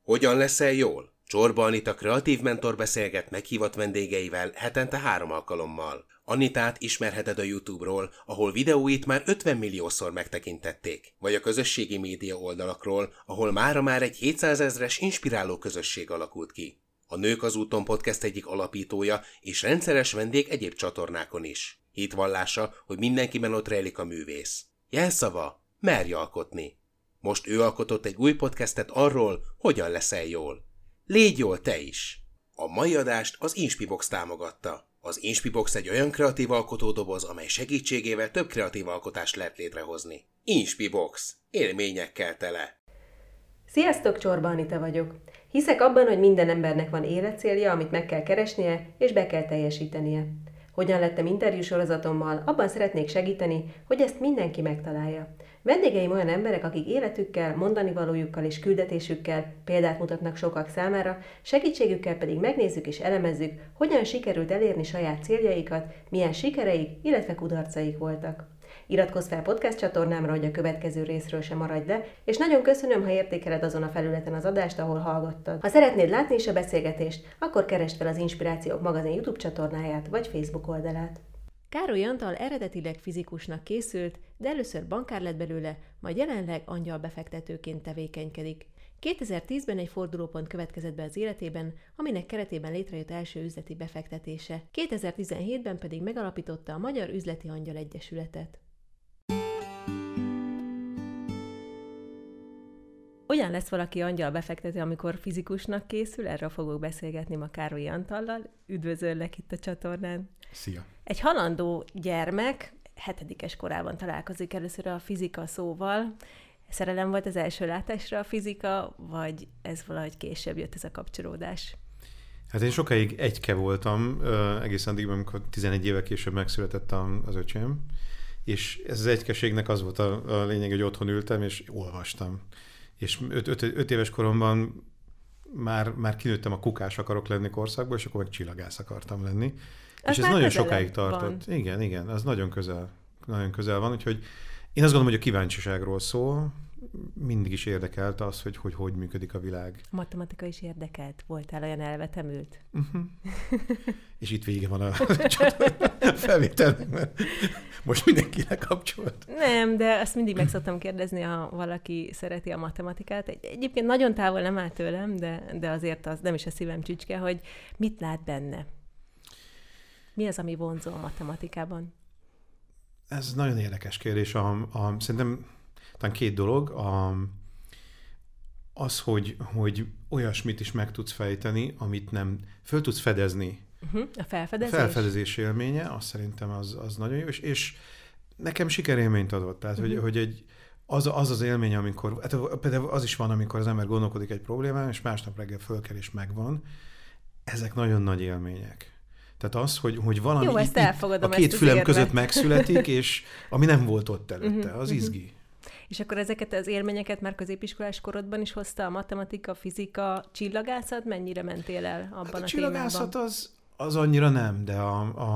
Hogyan leszel jól? Csorba Anita kreatív mentor beszélget meghívott vendégeivel hetente 3 alkalommal. Anitát ismerheted a YouTube-ról, ahol videóit már 50 milliószor megtekintették, vagy a közösségi média oldalakról, ahol mára már egy 700 000-es inspiráló közösség alakult ki. A Nők az úton podcast egyik alapítója és rendszeres vendég egyéb csatornákon is. Hitvallása, hogy mindenkiben ott rejlik a művész. Jelszava: merj alkotni. Most ő alkotott egy új podcastet arról, hogyan leszel jól. Légy jól te is! A mai adást az Inspibox támogatta. Az Inspibox egy olyan kreatív alkotódoboz, amely segítségével több kreatív alkotást lehet létrehozni. Inspibox. Élményekkel tele. Sziasztok, Csorba Anita vagyok. Hiszek abban, hogy minden embernek van életcélja, amit meg kell keresnie, és be kell teljesítenie. Hogyan lettem interjúsorozatommal, abban szeretnék segíteni, hogy ezt mindenki megtalálja. Vendégeim olyan emberek, akik életükkel, mondanivalójukkal és küldetésükkel példát mutatnak sokak számára, segítségükkel pedig megnézzük és elemezzük, hogyan sikerült elérni saját céljaikat, milyen sikereik, illetve kudarcaik voltak. Iratkozz fel podcast csatornámra, hogy a következő részről sem maradj le, és nagyon köszönöm, ha értékeled azon a felületen az adást, ahol hallgattad. Ha szeretnéd látni is a beszélgetést, akkor keresd fel az Inspirációk magazin YouTube csatornáját vagy Facebook oldalát. Károly Antal eredetileg fizikusnak készült, de először bankár lett belőle, majd jelenleg angyalbefektetőként tevékenykedik. 2010-ben egy fordulópont következett be az életében, aminek keretében létrejött első üzleti befektetése. 2017-ben pedig megalapította a Magyar Üzleti Angyal Egyesületet. Hogyan lesz valaki angyalbefektető, amikor fizikusnak készül? Erről fogok beszélgetni ma Károly Antallal. Üdvözöllek itt a csatornán. Szia! Egy halandó gyermek 7-es korában találkozik először a fizika szóval. Szerelem volt az első látásra a fizika, vagy ez valahogy később jött ez a kapcsolódás? Hát én sokáig egyke voltam, egészen addig, amikor 11 évvel később megszületett az öcsém, és ez az egykeségnek az volt a lényeg, hogy otthon ültem, és olvastam. És 5 éves koromban már kinőttem a kukás akarok lenni korszakból, és akkor meg csillagász akartam lenni. És ez nagyon sokáig tartott. Van. Igen, az nagyon közel van, úgyhogy én azt gondolom, hogy a kíváncsiságról szól, mindig is érdekelt az, hogy működik a világ. A matematika is érdekelt? Voltál olyan elvetemült? Uh-huh. És itt vége van a felvételnek, mert most mindenkinek kapcsolt. Nem, de azt mindig meg szoktam kérdezni, ha valaki szereti a matematikát. Egyébként nagyon távol nem áll tőlem, de azért az nem is a szívem csücske, hogy mit lát benne. Mi az, ami vonzó a matematikában? Ez nagyon érdekes kérdés. Szerintem talán 2 dolog. Az, hogy olyasmit is meg tudsz fejteni, amit nem föl tudsz fedezni. A felfedezés? A felfedezés élménye, azt szerintem az nagyon jó, és nekem sikerélményt adott. Tehát, hogy az élmény, amikor, például az is van, amikor az ember gondolkodik egy problémán, és másnap reggel fölkel és megvan. Ezek nagyon nagy élmények. Tehát az, hogy valami jó, a 2 fülem között megszületik, és ami nem volt ott előtte, az izgi. És akkor ezeket az élményeket már középiskolás korodban is hozta a matematika, fizika, csillagászat? Mennyire mentél el abban a témában? A csillagászat az annyira nem, de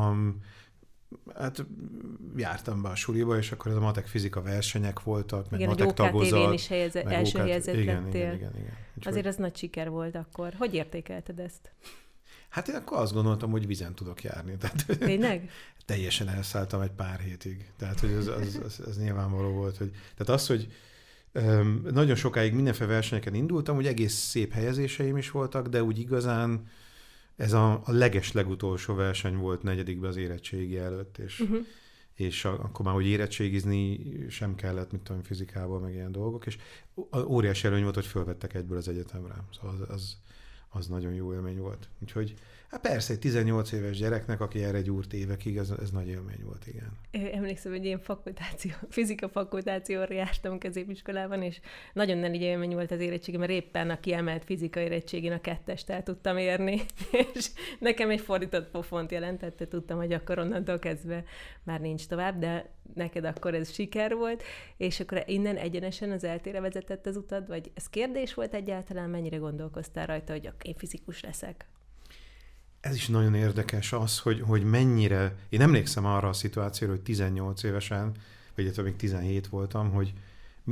hát jártam be a suliba, és akkor ez a matek-fizika versenyek voltak, meg matek tagozat. Igen, is első helyezett lettél. Igen. Azért az nagy siker volt akkor. Hogy értékelted ezt? Hát én akkor azt gondoltam, hogy vizen tudok járni. Tehát, tényleg? Teljesen elszálltam egy pár hétig. Tehát, hogy ez nyilvánvaló volt. Tehát az, hogy nagyon sokáig mindenféle versenyeken indultam, hogy egész szép helyezéseim is voltak, de úgy igazán ez a legutolsó verseny volt 4. az érettségi előtt, és akkor már, hogy érettségizni sem kellett, mint tudom, fizikából, meg ilyen dolgok, és óriási előny volt, hogy fölvettek egyből az egyetemre. Szóval az nagyon jó élmény volt. Úgyhogy hát persze, egy 18 éves gyereknek, aki erre gyúrt évekig, ez nagy élmény volt, igen. Emlékszem, hogy én fizika fakultációra jártam középiskolában, és nagyon nagy élmény volt az érettségim, mert éppen a kiemelt fizika érettségén a 2-est el tudtam érni, és nekem egy fordított pofont jelentette, tudtam, hogy akkor onnantól kezdve már nincs tovább, de neked akkor ez siker volt, és akkor innen egyenesen az eltére vezetett az utad, vagy ez kérdés volt egyáltalán, mennyire gondolkoztál rajta, hogy én fizikus leszek? Ez is nagyon érdekes az, hogy mennyire... Én emlékszem arra a szituációra, hogy 18 évesen, vagy még 17 voltam, hogy mit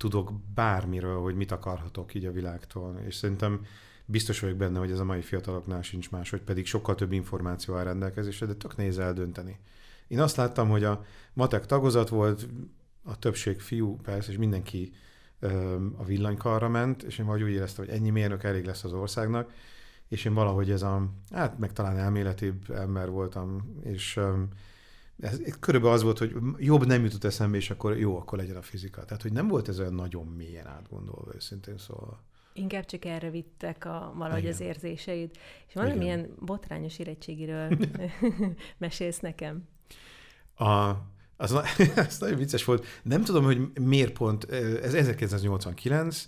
tudok bármiről, hogy mit akarhatok így a világtól. És szerintem biztos vagyok benne, hogy ez a mai fiataloknál sincs más, hogy pedig sokkal több információ áll rendelkezésre, de tök nehéz eldönteni. Én azt láttam, hogy a matek tagozat volt, a többség fiú, persze, és mindenki a villanykarra ment, és én úgy éreztem, hogy ennyi mérnök elég lesz az országnak, és én valahogy meg talán elméletibb ember voltam, és ez körülbelül az volt, hogy jobb nem jutott eszembe, és akkor jó, akkor legyen a fizika. Tehát, hogy nem volt ez olyan nagyon mélyen átgondolva, őszintén szóval. Inkább csak erre vittek valahogy az érzéseid. És valamilyen botrányos érettségiről mesélsz nekem? Az nagyon vicces volt. Nem tudom, hogy miért pont, ez 1989,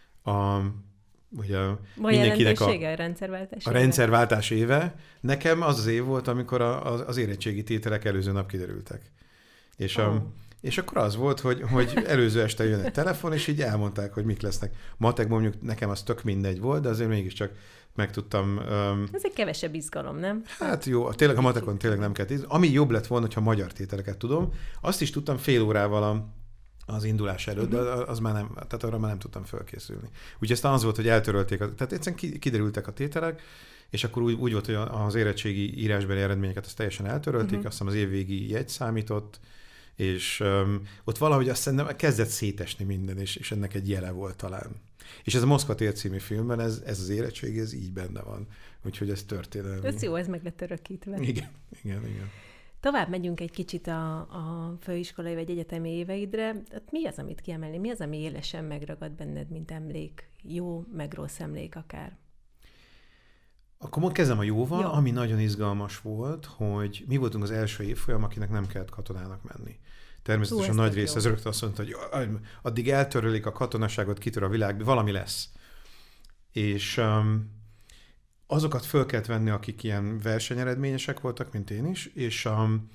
ugye mindenkinek a rendszerváltás a rendszerváltás éve. Nekem az év volt, amikor az érettségi tételek előző nap kiderültek. És akkor az volt, hogy előző este jön egy telefon, és így elmondták, hogy mik lesznek. Matekban mondjuk nekem az tök mindegy volt, de azért mégiscsak megtudtam. Ez egy kevesebb izgalom, nem? Hát jó, tényleg a matekon tényleg nem kell tíz. Ami jobb lett volna, ha magyar tételeket tudom, azt is tudtam fél órával az indulás előtt, de az már nem, tehát arra már nem tudtam felkészülni. Úgyhogy aztán az volt, hogy eltörölték, tehát egyszerűen kiderültek a tételek, és akkor úgy volt, hogy az érettségi írásbeli eredményeket azt teljesen eltörölték, azt hiszem az évvégi jegy számított, és ott valahogy azt szerintem kezdett szétesni minden, és ennek egy jele volt talán. És ez a Moszkva tér című filmben, ez az érettségi, ez így benne van. Úgyhogy ez történelmi. Ez jó, ez meg lett örökítve. Igen. Tovább megyünk egy kicsit a főiskolai vagy egyetemi éveidre. Mi az, amit kiemelni? Mi az, ami élesen megragad benned, mint emlék? Jó, meg rossz emlék akár. Akkor kezdem a jóval, ami nagyon izgalmas volt, hogy mi voltunk az első évfolyam, akinek nem kellett katonának menni. Természetesen nagy része az rögtön azt mondta, hogy addig eltörölik a katonaságot, kitör a világ, valami lesz. És azokat föl kellett venni, akik ilyen versenyeredményesek voltak, mint én is, és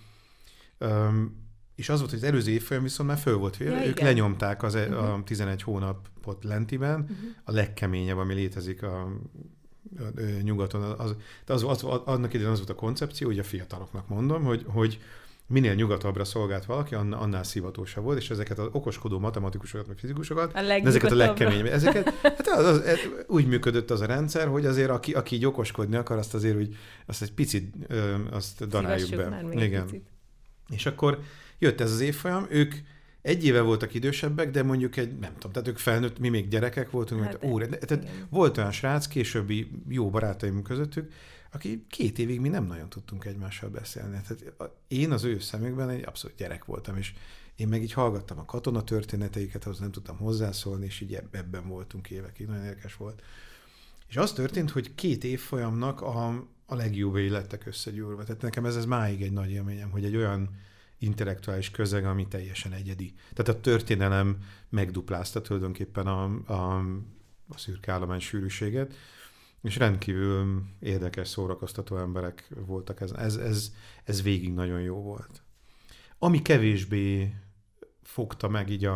az volt, hogy az előző évfolyam viszont már föl volt, hogy ők lenyomták a 11 hónapot lentiben, a legkeményebb, ami létezik a nyugaton. Annak idején az volt a koncepció, hogy a fiataloknak mondom, hogy minél nyugatabbra szolgált valaki, annál szivatósabb volt, és ezeket az okoskodó matematikusokat, meg fizikusokat, ezeket a legkeményebb. Úgy működött az a rendszer, hogy azért aki így okoskodni akar, azt azért úgy, azt egy picit azt daráljuk be. Igen. És akkor jött ez az évfolyam, ők egy éve voltak idősebbek, de mondjuk nem tudom, tehát ők felnőtt, mi még gyerekek voltunk, tehát volt olyan srác, későbbi jó barátaim közöttük, aki 2 évig mi nem nagyon tudtunk egymással beszélni. Tehát én az ő szemükben egy abszolút gyerek voltam, és én meg így hallgattam a katona történeteiket, ahhoz nem tudtam hozzászólni, és így ebben voltunk évekig. Nagyon érdekes volt. És az történt, hogy 2 évfolyamnak a legjobbjai lettek összegyúrva. Tehát nekem ez máig egy nagy élményem, hogy egy olyan intellektuális közeg, ami teljesen egyedi. Tehát a történelem megduplázta tulajdonképpen a szürke állomány sűrűséget, és rendkívül érdekes, szórakoztató emberek voltak. Ez végig nagyon jó volt. Ami kevésbé fogta meg így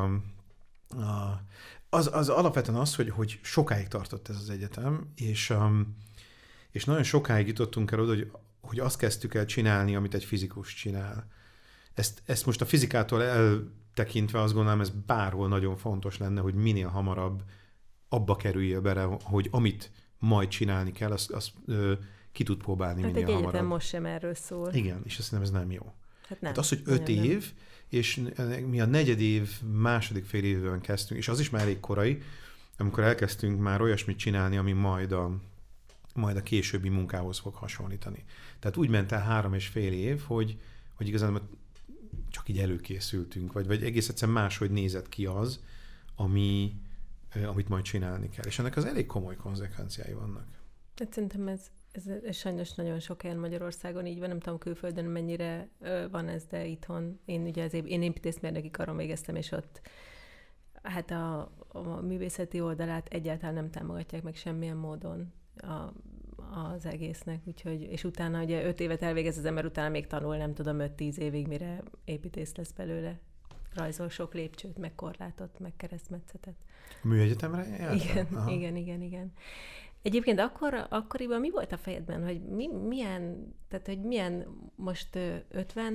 az alapvetően az, hogy sokáig tartott ez az egyetem, és nagyon sokáig jutottunk el oda, hogy azt kezdtük el csinálni, amit egy fizikus csinál. Ezt most a fizikától eltekintve azt gondolom, ez bárhol nagyon fontos lenne, hogy minél hamarabb abba kerüljél bele, hogy amit majd csinálni kell, azt ki tud próbálni minél hamarabb. Hát egy egyetem most sem erről szól. Igen, és azt hiszem ez nem jó. Hát az, hogy 5 év, és mi a 4. év, második fél évben kezdtünk, és az is már elég korai, amikor elkezdtünk már olyasmit csinálni, ami majd a későbbi munkához fog hasonlítani. Tehát úgy ment el 3,5 év, hogy igazán csak így előkészültünk, vagy egész egyszerűen máshogy nézett ki az, amit majd csinálni kell. És ennek az elég komoly konzekvenciái vannak. Hát szerintem ez sajnos nagyon sok helyen Magyarországon így van, nem tudom külföldön mennyire van ez, de itthon. Én építészmérnöki karon végeztem, és ott hát a művészeti oldalát egyáltalán nem támogatják meg semmilyen módon az egésznek, úgyhogy, és utána ugye 5 évet elvégez az ember, utána még tanul, nem tudom, 5-10 évig, mire építész lesz belőle. Rajzol sok lépcsőt, meg korlátot, meg keresztmetszetet. A műegyetemre jártál? Igen. Egyébként akkoriban mi volt a fejedben, hogy milyen most 50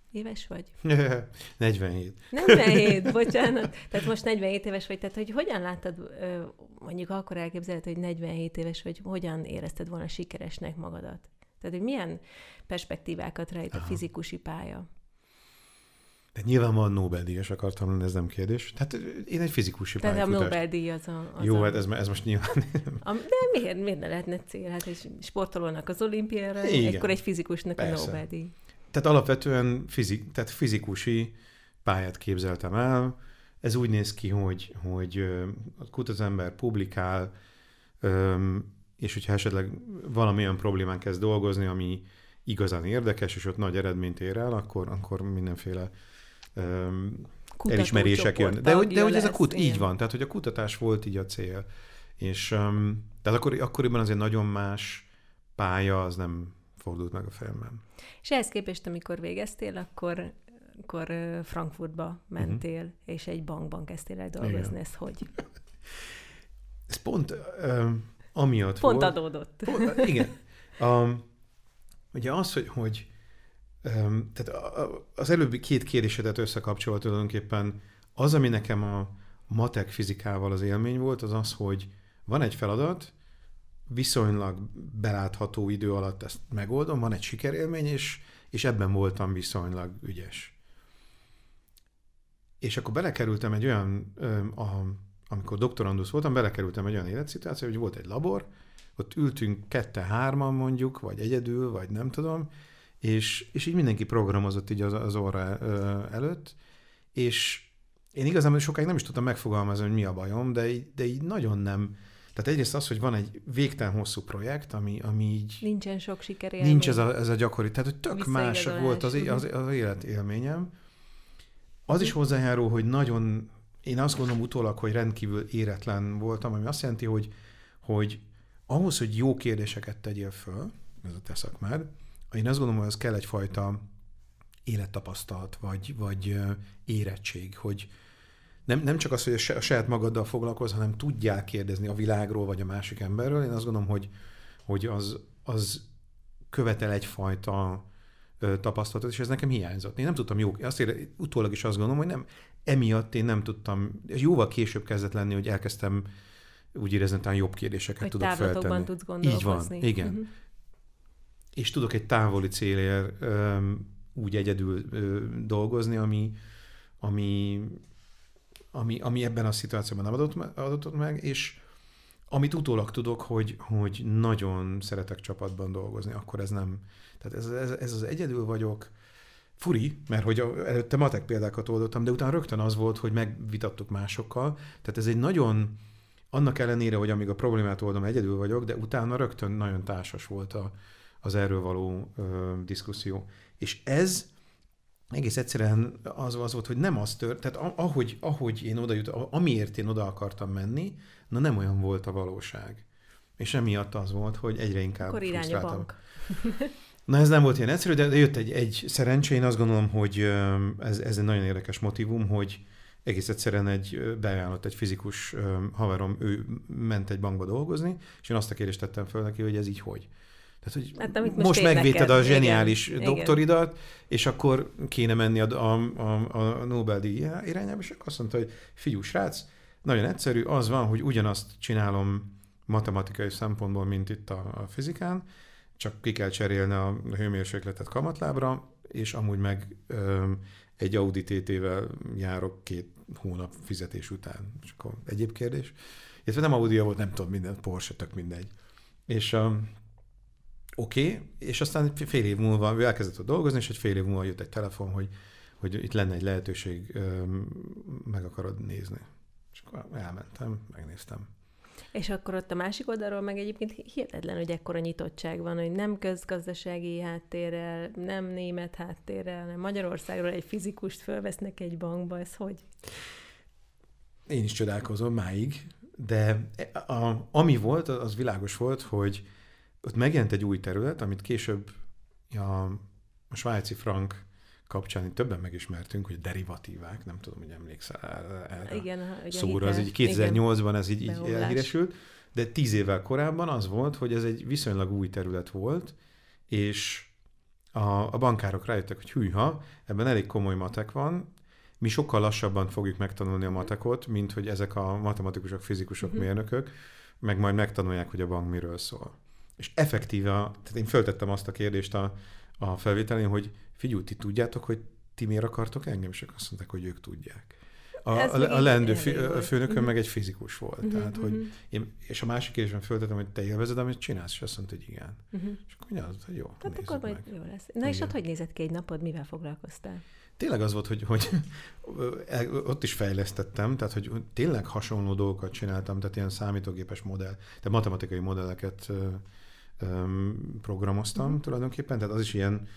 éves vagy? 47. 47, bocsánat. Tehát most 47 éves vagy, tehát hogy hogyan láttad, mondjuk akkor elképzeled, hogy 47 éves vagy, hogyan érezted volna sikeresnek magadat? Tehát, hogy milyen perspektívákat rejt a fizikusi pálya? De nyilvánvalóan Nobel-díjas akartam lenni, ez nem kérdés. Tehát én egy fizikusi pályafutást. Tehát a Nobel-díj az Jó, hát ez most nyilván... De miért ne lehetne cél? Hát egy sportolónak az olimpiára, akkor egy fizikusnak persze. A Nobel-díj. Tehát alapvetően fizikusi pályát képzeltem el. Ez úgy néz ki, hogy kutat az ember, publikál, és hogyha esetleg valamilyen problémán kezd dolgozni, ami igazán érdekes, és ott nagy eredményt ér el, akkor mindenféle elismerések jön. De hogy ez a így van, tehát hogy a kutatás volt így a cél. És tehát akkoriban azért nagyon más pálya az nem fordult meg a fejemben. És ehhez képest, amikor végeztél, akkor Frankfurtba mentél, és egy bankban kezdtél el dolgozni. Igen. Ez hogy? Ez pont amiatt pont volt. Adódott. Igen. Ugye az, hogy tehát az előbbi két kérdésedet összekapcsolat tulajdonképpen az, ami nekem a matek fizikával az élmény volt, az az, hogy van egy feladat, viszonylag belátható idő alatt ezt megoldom, van egy sikerélmény, és ebben voltam viszonylag ügyes. És akkor belekerültem egy olyan, amikor doktorandusz voltam, belekerültem egy olyan életszituáció, hogy volt egy labor, ott ültünk 2-3-an mondjuk, vagy egyedül, vagy nem tudom, és így mindenki programozott így az óra előtt, és én igazából sokáig nem is tudtam megfogalmazni, hogy mi a bajom, de így nagyon nem. Tehát egyrészt az, hogy van egy végtelen hosszú projekt, ami így... Nincsen sok sikerélmény. Nincs ez a gyakori, tehát hogy tök más volt az életélményem. Az is hozzájárul, hogy nagyon, én azt gondolom utólag, hogy rendkívül éretlen voltam, ami azt jelenti, hogy ahhoz, hogy jó kérdéseket tegyél föl, ez a te szakmád, én azt gondolom, hogy az kell egyfajta élettapasztalat, vagy érettség, hogy nem csak az, hogy a saját magaddal foglalkozz, hanem tudjál kérdezni a világról, vagy a másik emberről. Én azt gondolom, hogy az követel egyfajta tapasztalatot, és ez nekem hiányzott. Én nem tudtam utólag is azt gondolom, hogy emiatt én nem tudtam, jóval később kezdett lenni, hogy elkezdtem úgy érezni, talán jobb kérdéseket hogy tudok feltenni. Hogy tudsz gondolkozni. Így van, igen. Uh-huh. És tudok egy távoli célért úgy egyedül dolgozni, ami ebben a szituációban nem adott meg, és amit utólag tudok, hogy nagyon szeretek csapatban dolgozni, akkor ez nem... Tehát ez az egyedül vagyok, furi, mert hogy előtte matek példákat oldottam, de utána rögtön az volt, hogy megvitattuk másokkal. Tehát ez egy nagyon... Annak ellenére, hogy amíg a problémát oldom, egyedül vagyok, de utána rögtön nagyon társas volt az erről való diszkuszió. És ez egész egyszerűen az volt, hogy nem az tehát ahogy én amiért én oda akartam menni, nem olyan volt a valóság. És emiatt az volt, hogy egyre inkább akkor frusztráltam. Bank. Na ez nem volt ilyen egyszerű, de jött egy szerencse, én azt gondolom, hogy ez egy nagyon érdekes motivum, hogy egész egyszerűen beajánlott egy fizikus haverom, ő ment egy bankba dolgozni, és én azt a kérdést tettem föl neki, hogy ez így hogy. Tehát, hogy hát, most megvédted a zseniális igen, doktoridat, igen. És akkor kéne menni a Nobel-díj irányába, és azt mondta, hogy figyú, srác, nagyon egyszerű, az van, hogy ugyanazt csinálom matematikai szempontból, mint itt a fizikán, csak ki kell cserélni a hőmérsékletet kamatlábra, és amúgy meg egy Audi TT-vel járok 2 hónap fizetés után. És akkor egyéb kérdés. Illetve nem Audi volt, nem tudom, minden, Porsche, tök mindegy. És oké, és aztán fél év múlva elkezdett dolgozni, és egy fél év múlva jött egy telefon, hogy itt lenne egy lehetőség, meg akarod nézni. És akkor elmentem, megnéztem. És akkor ott a másik oldalról meg egyébként hihetetlen, hogy ekkora nyitottság van, hogy nem közgazdasági háttérrel, nem német háttérrel, hanem Magyarországról egy fizikust fölvesznek egy bankba, ez hogy? Én is csodálkozom máig, de ami volt, az világos volt, hogy ott megjelent egy új terület, amit később a svájci frank kapcsán többen megismertünk, hogy derivatívák, nem tudom, hogy emlékszel erre igen, szóra, az így 2008-ban ez így elhíresült, de 10 évvel korábban az volt, hogy ez egy viszonylag új terület volt, és a bankárok rájöttek, hogy hűha, ebben elég komoly matek van, mi sokkal lassabban fogjuk megtanulni a matekot, mint hogy ezek a matematikusok, fizikusok, mérnökök, meg majd megtanulják, hogy a bank miről szól. És effektíve, tehát én föltettem azt a kérdést a felvételén, hogy figyelj, ti tudjátok, hogy ti miért akartok engem? És azt mondták, hogy ők tudják. A leendő főnökön meg egy fizikus volt. Tehát, hogy és a másik kérdésben föltettem, hogy te élvezed, amit csinálsz, és azt mondta, hogy igen. És akkor mindjárt az, hogy jó, tehát akkor majd jó lesz. Na és ott hogy nézett ki egy napod, mivel foglalkoztál? Tényleg az volt, hogy ott is fejlesztettem, tehát hogy tényleg hasonló dolgokat csináltam, tehát ilyen számítógépes modell, tehát matematikai modelleket programoztam tulajdonképpen, tehát az is ilyen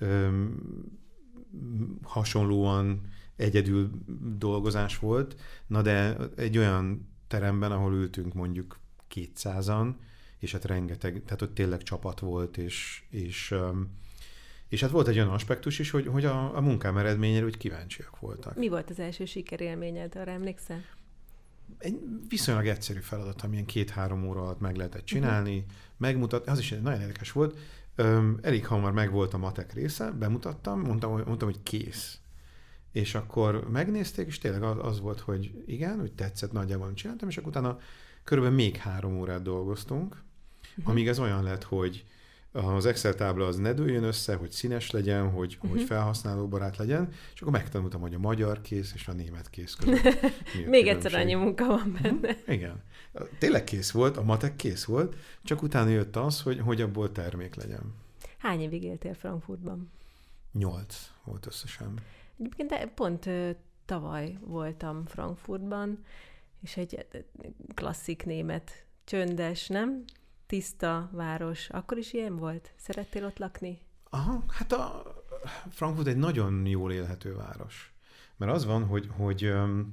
hasonlóan egyedül dolgozás volt, na de egy olyan teremben, ahol ültünk mondjuk 200-an, és hát rengeteg, tehát ott tényleg csapat volt, és hát volt egy olyan aspektus is, hogy a munkám eredményére úgy kíváncsiak voltak. Mi volt az első sikerélményed, arra emlékszel? Egy viszonylag egyszerű feladat, amilyen 2-3 óra alatt meg lehetett csinálni, megmutatni, az is nagyon érdekes volt. Elég hamar megvolt a matek része, bemutattam, mondtam, hogy kész. És akkor megnézték, és tényleg az volt, hogy igen, hogy tetszett nagyjából, amit csináltam, és akkor utána körülbelül még 3 órát dolgoztunk, amíg ez olyan lett, hogy az Excel tábla az ne dőljön össze, hogy színes legyen, hogy felhasználóbarát legyen, és akkor megtanultam, hogy a magyar kész és a német kész között. Még egyszer annyi munka van benne. Igen. Tényleg kész volt, a matek kész volt, csak utána jött az, hogy abból termék legyen. Hány évig éltél Frankfurtban? 8 volt összesen. Egyébként pont tavaly voltam Frankfurtban, és egy klasszik német, csöndes, nem? Tiszta város. Akkor is ilyen volt? Szerettél ott lakni? Aha, hát a Frankfurt egy nagyon jól élhető város. Mert az van, hogy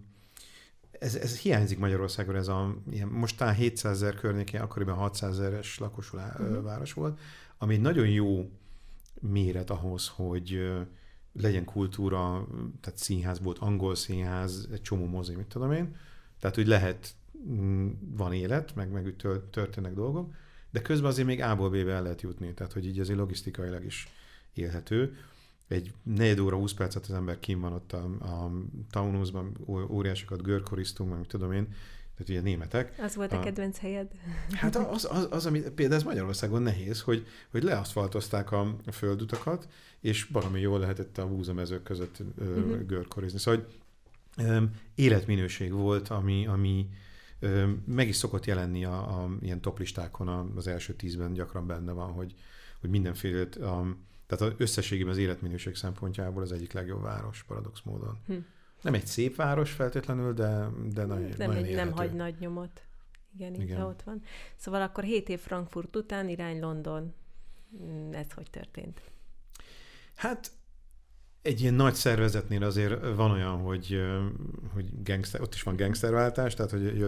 ez hiányzik Magyarországon, ez most talán 700 000 környékén, akkoriban 600 000-es lakosú város volt, ami egy nagyon jó méret ahhoz, hogy legyen kultúra, tehát színház volt, angol színház, egy csomó mozi, mit tudom én. Tehát úgy lehet, van élet, meg úgy történnek dolgok, de közben azért még A-ból B-be el lehet jutni, tehát hogy így azért logisztikailag is élhető. Egy 4 óra 20 percet az ember kim van ott a Taunusban, óriásokat görkoriztunk, meg tudom én, tehát ugye németek. Az volt a kedvenc helyed? Hát az ami például ez Magyarországon nehéz, hogy leaszfaltozták a földutakat, és valami jól lehetett a búzamezők között görkorizni. Szóval életminőség volt, ami meg is szokott jelenni a ilyen toplistákon, az első 10-ben gyakran benne van, hogy mindenféle, tehát összességében az életminőség szempontjából az egyik legjobb város, paradox módon. Nem egy szép város feltétlenül, de nagyon élhető. Nem hagy nagy nyomot. Igen. Ott van. Szóval akkor 7 év Frankfurt után irány London. Ez hogy történt? Hát egy ilyen nagy szervezetnél azért van olyan, hogy gangster, ott is van gangsterváltás, tehát hogy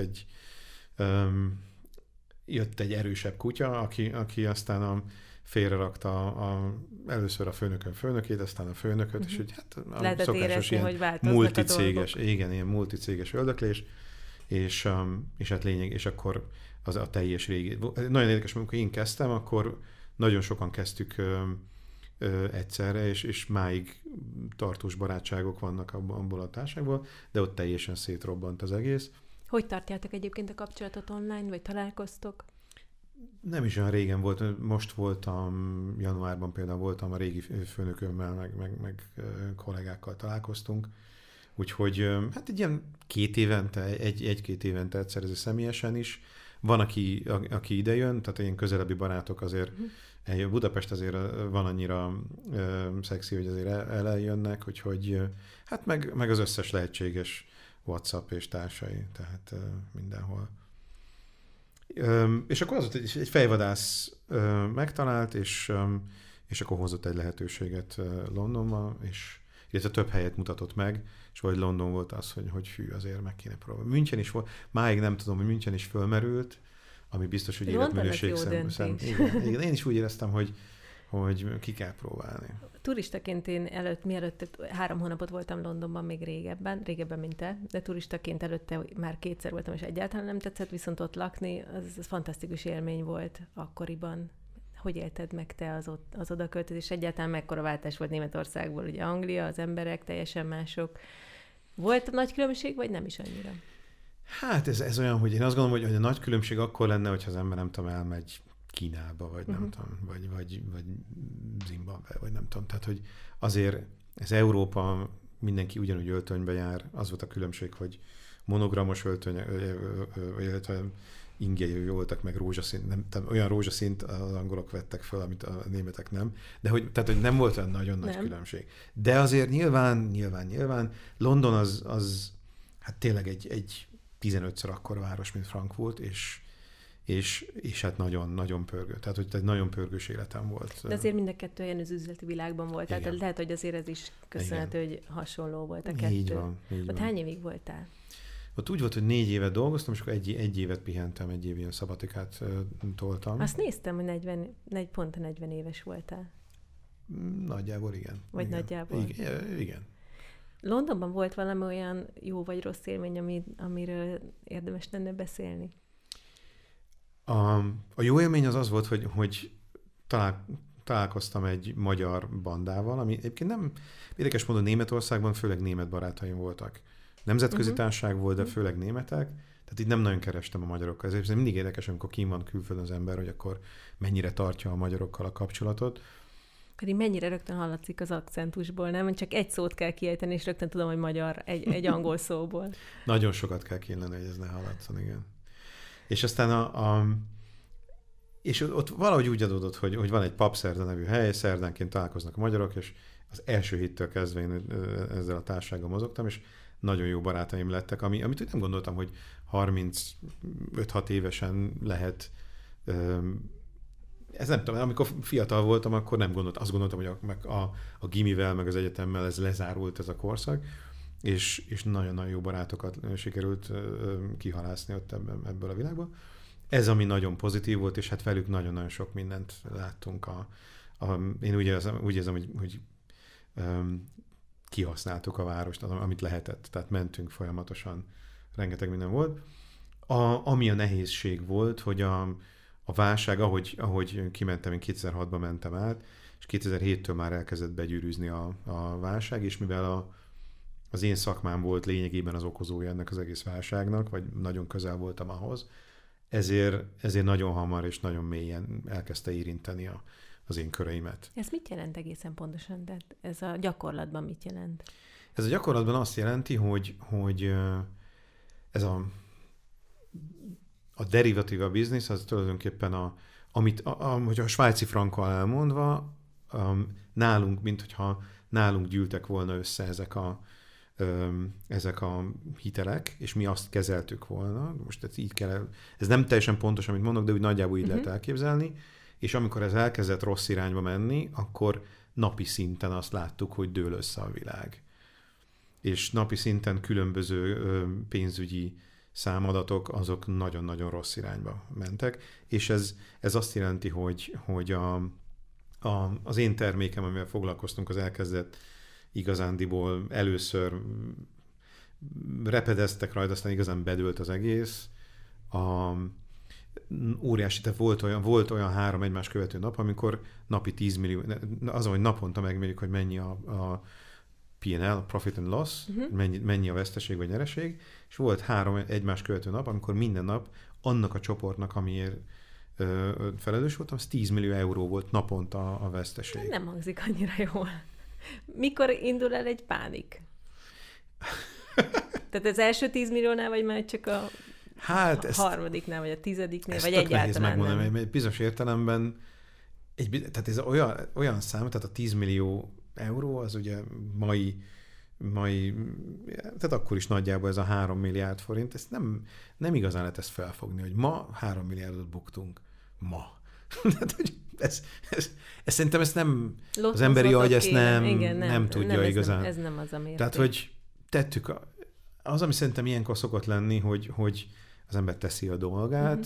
jött egy erősebb kutya, aki aztán félrerakta először a főnökét, aztán a főnököt, és hogy hát lehetett szokásos érezni, ilyen hogy változnak multicéges, ilyen multicéges öldöklés, és hát lényeg, és akkor az a teljes régi. Nagyon érdekes, amikor én kezdtem, akkor nagyon sokan kezdtük egyszerre, és máig tartós barátságok vannak abból a társaságból, de ott teljesen szétrobbant az egész. Hogy tartjátok egyébként a kapcsolatot online, vagy találkoztok? Nem is olyan régen volt, most voltam, januárban például voltam a régi főnökömmel, meg kollégákkal találkoztunk, úgyhogy hát egy ilyen 2 évente, egy-két évente egyszer ez személyesen is. Van, aki idejön, tehát ilyen közelebbi barátok azért, Budapest azért van annyira szexi, hogy azért eljönnek, úgyhogy hát meg az összes lehetséges WhatsApp és társai, tehát mindenhol. És akkor az volt, egy fejvadász megtalált, és akkor hozott egy lehetőséget Londonba, és illetve több helyet mutatott meg, és vagy London volt az, hogy hű, azért meg kéne próbálni. München is volt, máig nem tudom, hogy München is fölmerült, ami biztos, hogy életminőség igen, én is úgy éreztem, hogy ki kell próbálni. Turistaként én mielőtt 3 hónapot voltam Londonban még régebben, mint te, de turistaként előtte már 2-szer voltam, és egyáltalán nem tetszett, viszont ott lakni, az fantasztikus élmény volt akkoriban. hogy élted meg te az odaköltözés? Egyáltalán mekkora váltás volt Németországból? Ugye Anglia, az emberek teljesen mások. Volt nagy különbség, vagy nem is annyira? Hát ez olyan, hogy én azt gondolom, hogy a nagy különbség akkor lenne, hogyha az ember nem tudom, elmegy Kínába, vagy nem tudom, vagy Zimbabwe, vagy nem tudom. Tehát, hogy azért ez Európa, mindenki ugyanúgy öltönybe jár. Az volt a különbség, hogy monogramos öltöny, illetve ingei voltak, meg rózsaszín, olyan rózsaszínt az angolok vettek fel, amit a németek nem. De tehát, hogy nem volt olyan nagyon nagy különbség. De azért nyilván London az hát tényleg egy 15-ször akkora város, mint Frankfurt, és hát nagyon pörgő. Tehát, hogy egy nagyon pörgős életem volt. De azért mind a kettő helyen az üzleti világban volt. Igen. Tehát lehet, hogy azért ez is köszönhető, hogy hasonló volt a kettő. Így van. Ott hány évig voltál? Ott úgy volt, hogy 4 évet dolgoztam, és akkor egy évet pihentem, egy év ilyen szabatikát toltam. Azt néztem, hogy pont a 40 éves voltál. Nagyjából igen. Vagy igen. nagyjából? Igen. Londonban volt valami olyan jó vagy rossz élmény, amiről érdemes lenne beszélni? A jó élmény az volt, hogy találkoztam egy magyar bandával, ami egyébként nem érdekes módon Németországban főleg német barátaim voltak. Nemzetközi társaság volt, de főleg németek, tehát így nem nagyon kerestem a magyarokkal. Ezért mindig érdekes, amikor kín van külföldön az ember, hogy akkor mennyire tartja a magyarokkal a kapcsolatot. Pedig mennyire rögtön hallatszik az akcentusból, nem? Csak egy szót kell kiejteni, és rögtön tudom, hogy magyar, egy angol szóból. Nagyon sokat kell kínleni, hogy ez ne hallatszon, igen. És aztán és ott valahogy úgy adódott, hogy van egy Papszerda nevű hely, szerdánként találkoznak a magyarok, és az első héttől kezdve én ezzel a társasággal mozogtam, és nagyon jó barátaim lettek, amit úgy nem gondoltam, hogy 35-6 évesen lehet. Ez nem tudom, amikor fiatal voltam, akkor nem gondoltam. Azt gondoltam, hogy a gimivel, meg az egyetemmel ez lezárult ez a korszak, és nagyon-nagyon jó barátokat sikerült kihalászni ott ebből a világból. Ez, ami nagyon pozitív volt, és hát velük nagyon-nagyon sok mindent láttunk. Én úgy érzem, hogy kihasználtuk a várost, amit lehetett, tehát mentünk folyamatosan, rengeteg minden volt. Ami a nehézség volt, hogy a válság, ahogy kimentem, én 2006-ban mentem át, és 2007-től már elkezdett begyűrűzni a válság, és mivel az én szakmám volt lényegében az okozója ennek az egész válságnak, vagy nagyon közel voltam ahhoz, ezért nagyon hamar és nagyon mélyen elkezdte érinteni az én köreimet. Ez mit jelent egészen pontosan? De ez a gyakorlatban mit jelent? Ez a gyakorlatban azt jelenti, hogy ez a derivatíva biznisz, az tulajdonképpen hogyha a svájci frankkal elmondva, nálunk, minthogyha nálunk gyűltek volna össze ezek a hitelek, és mi azt kezeltük volna. Most ez nem teljesen pontos, amit mondok, de úgy nagyjából így lehet elképzelni, és amikor ez elkezdett rossz irányba menni, akkor napi szinten azt láttuk, hogy dől össze a világ. És napi szinten különböző pénzügyi számadatok, azok nagyon-nagyon rossz irányba mentek, és ez azt jelenti, hogy az én termékem, amivel foglalkoztunk, az elkezdett igazándiból először repedeztek rajta, aztán igazán bedőlt az egész. Óriási, tehát volt olyan 3 egymás követő nap, amikor napi 10 millió, azon, hogy naponta megmérjük, hogy mennyi a P&L, a profit and loss, mennyi a veszteség vagy nyereség, és volt 3 egymás követő nap, amikor minden nap annak a csoportnak, amiért felelős voltam, az 10 millió euró volt naponta a veszteség. Nem hangzik annyira jól. Mikor indul el egy pánik? Tehát az első 10 milliónál, vagy már csak a harmadiknál, vagy a 10-nél, vagy egyáltalán megmondani, mert egy bizonyos értelemben tehát ez olyan szám, tehát a 10 millió euró az ugye mai tehát akkor is nagyjából ez a 3 milliárd forint, ezt nem igazán lehet ezt felfogni, hogy ma 3 milliárdot buktunk. Ma. Ez szerintem ezt nem, az emberi agy ezt nem tudja igazán. Ez nem az a mérték. Tehát, hogy tettük, az, ami szerintem ilyenkor szokott lenni, hogy az ember teszi a dolgát,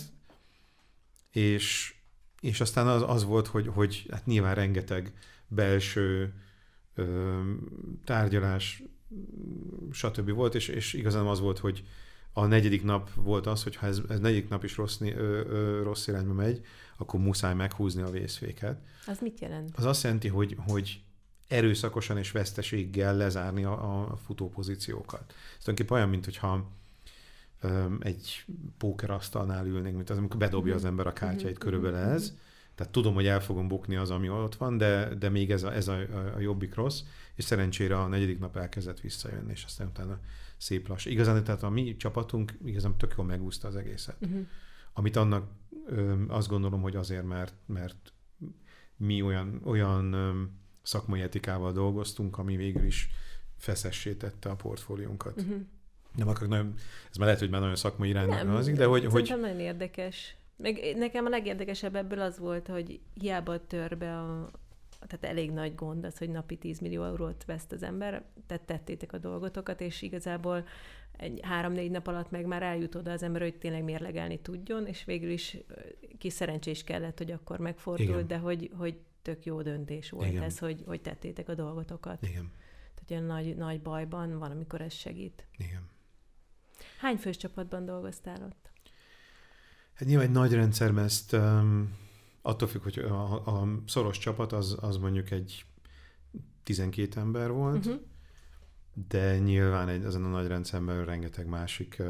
és aztán az volt, hogy hát nyilván rengeteg belső tárgyalás, stb. Volt, és igazán az volt, hogy a negyedik nap volt az, hogy ha ez negyedik nap is rossz irányba megy, akkor muszáj meghúzni a vészféket. Az mit jelent? Az azt jelenti, hogy erőszakosan és veszteséggel lezárni a futópozíciókat. Ez tulajdonképpen olyan, mintha egy pókerasztalnál ülnénk, mint az, amikor bedobja az ember a kártyáit, körülbelül ez. Tehát tudom, hogy el fogom bukni az, ami ott van, de még ez a jobbik rossz, és szerencsére a negyedik nap elkezdett visszajönni, és aztán utána szép lassan. Igazán, tehát a mi csapatunk igazán tök jól megúszta az egészet. Amit annak azt gondolom, hogy azért, mert mi olyan szakmai etikával dolgoztunk, ami végül is feszessé tette a portfóliónkat. Nem akarok nagyon, ez már lehet, hogy már nagyon szakmai irányban hangzik, de hogy... Szerintem nagyon érdekes. Meg nekem a legérdekesebb ebből az volt, hogy hiába tör be tehát elég nagy gond az, hogy napi 10 millió eurót veszt az ember, tehát tettétek a dolgotokat, és igazából 3-4 nap alatt meg már eljut oda az ember, hogy tényleg mérlegelni tudjon, és végül is kis szerencsés kellett, hogy akkor megfordult, igen. De hogy tök jó döntés volt, igen. Ez, hogy tettétek a dolgotokat. Igen. Tehát ilyen nagy bajban van, amikor ez segít. Igen. Hány fős csapatban dolgoztál ott? Hát nyilván egy nagy rendszerben ezt attól függ, hogy a szoros csapat az mondjuk egy 12 ember volt, de nyilván ezen a nagy rendszerben rengeteg másik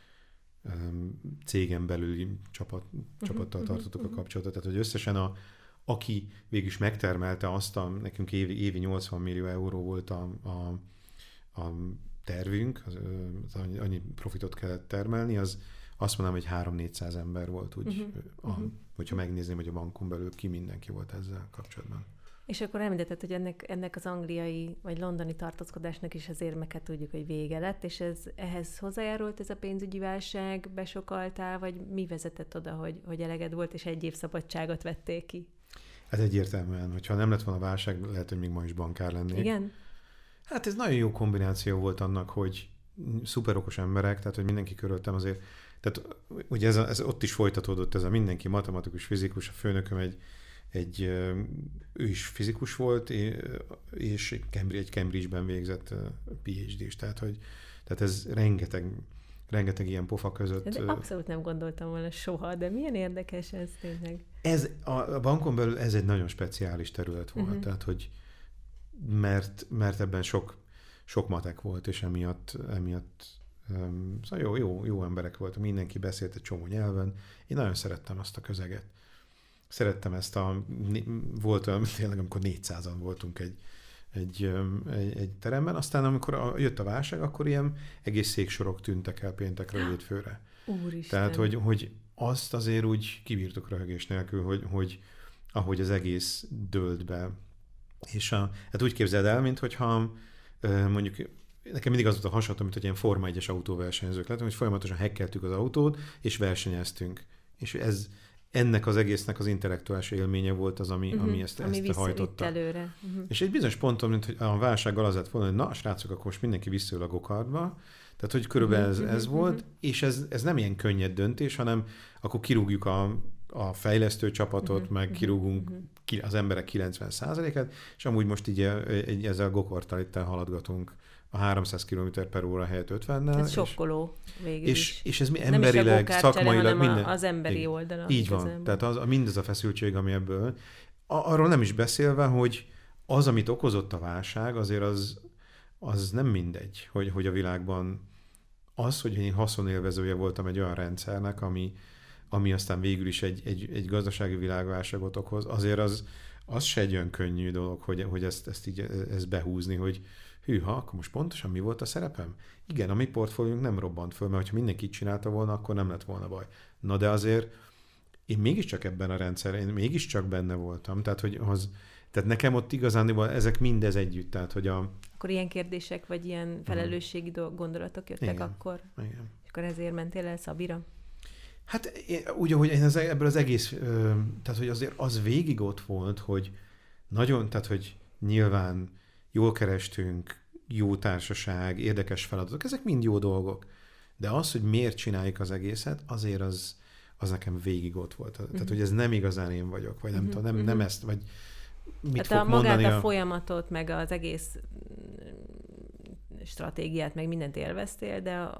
cégen belüli csapattal tartottuk a kapcsolatot. Tehát, hogy összesen aki végülis megtermelte azt, nekünk évi 80 millió euró volt a tervünk, annyi profitot kellett termelni, az azt mondanám, hogy 300-400 ember volt, hogyha megnézném, hogy a bankon belül mindenki volt ezzel kapcsolatban. És akkor említetted, hogy ennek az angliai vagy londoni tartózkodásnak is az érmeket tudjuk, hogy vége lett, és ehhez hozzájárult ez a pénzügyi válság, besokaltál, vagy mi vezetett oda, hogy eleged volt, és 1 év szabadságot vették ki? Ez egyértelműen, hogyha nem lett volna válság, lehet, hogy még ma is bankár lennék. Igen? Hát ez nagyon jó kombináció volt annak, hogy szuperokos emberek, tehát hogy mindenki körülöttem azért. Tehát ugye ez ott is folytatódott, ez a mindenki matematikus, fizikus, a főnököm ő is fizikus volt, és egy Cambridge-ben végzett PhD-s, tehát ez rengeteg ilyen pofa között. De abszolút nem gondoltam volna soha, de milyen érdekes ez tényleg. Ez a bankon belül ez egy nagyon speciális terület volt, tehát hogy mert ebben sok matek volt, és emiatt szóval jó emberek voltak, mindenki beszélt egy csomó nyelven. Én nagyon szerettem azt a közeget. Szerettem ezt volt olyan, tényleg, amikor 400-an voltunk egy teremben, aztán amikor jött a válság, akkor ilyen egész széksorok tűntek el péntekre, hétfőre. Úristen. Tehát, hogy azt azért úgy kibírtuk röhögés nélkül, hogy ahogy az egész dőlt be. És hát úgy képzeld el, minthogyha mondjuk nekem mindig az volt a hasonló, mint hogy ilyen Forma 1-es autóversenyzők lettünk, hogy folyamatosan hekkeltük az autót, és versenyeztünk. És ennek az egésznek az intellektuális élménye volt az, ami ezt hajtotta. Előre. És egy bizonyos ponton, mint hogy a válsággal az lett volna, hogy na, srácok, akkor most mindenki visszaül a go-kartba. Tehát, hogy körülbelül ez volt, és ez nem ilyen könnyed döntés, hanem akkor kirúgjuk a fejlesztő csapatot, meg kirúgunk az emberek 90%-át, és amúgy most így ezzel a go-karttal itt haladgatunk a 300 km/h helyett 50-nel. Ez sokkoló végül is. És ez emberileg, szakmailag minden. Az emberi oldala. Így van. Tehát mindez a feszültség, ami ebből. Arról nem is beszélve, hogy az, amit okozott a válság, azért az nem mindegy, hogy a világban az, hogy én haszonélvezője voltam egy olyan rendszernek, ami aztán végül is egy gazdasági világválságot okoz, azért az se egy olyan könnyű dolog, hogy ezt behúzni, hogy hűha, akkor most pontosan mi volt a szerepem? Igen, a mi portfóliónk nem robbant föl, mert ha mindenki csinálta volna, akkor nem lett volna baj. Na de azért én mégiscsak ebben a rendszerben, én mégiscsak benne voltam, tehát nekem ott igazán ezek mindez együtt, tehát hogy Akkor ilyen kérdések, vagy ilyen felelősségi gondolatok jöttek akkor? Igen. És akkor ezért mentél el Szabira? Hát úgy, ahogy én ebből az egész, tehát hogy azért az végig ott volt, hogy nagyon, tehát hogy nyilván jól kerestünk, jó társaság, érdekes feladatok, ezek mind jó dolgok. De az, hogy miért csináljuk az egészet, azért az nekem végig ott volt. Tehát, hogy ez nem igazán én vagyok, vagy nem tudom, nem ezt, vagy mit fog mondani. Magát a folyamatot, meg az egész stratégiát, meg mindent élveztél, de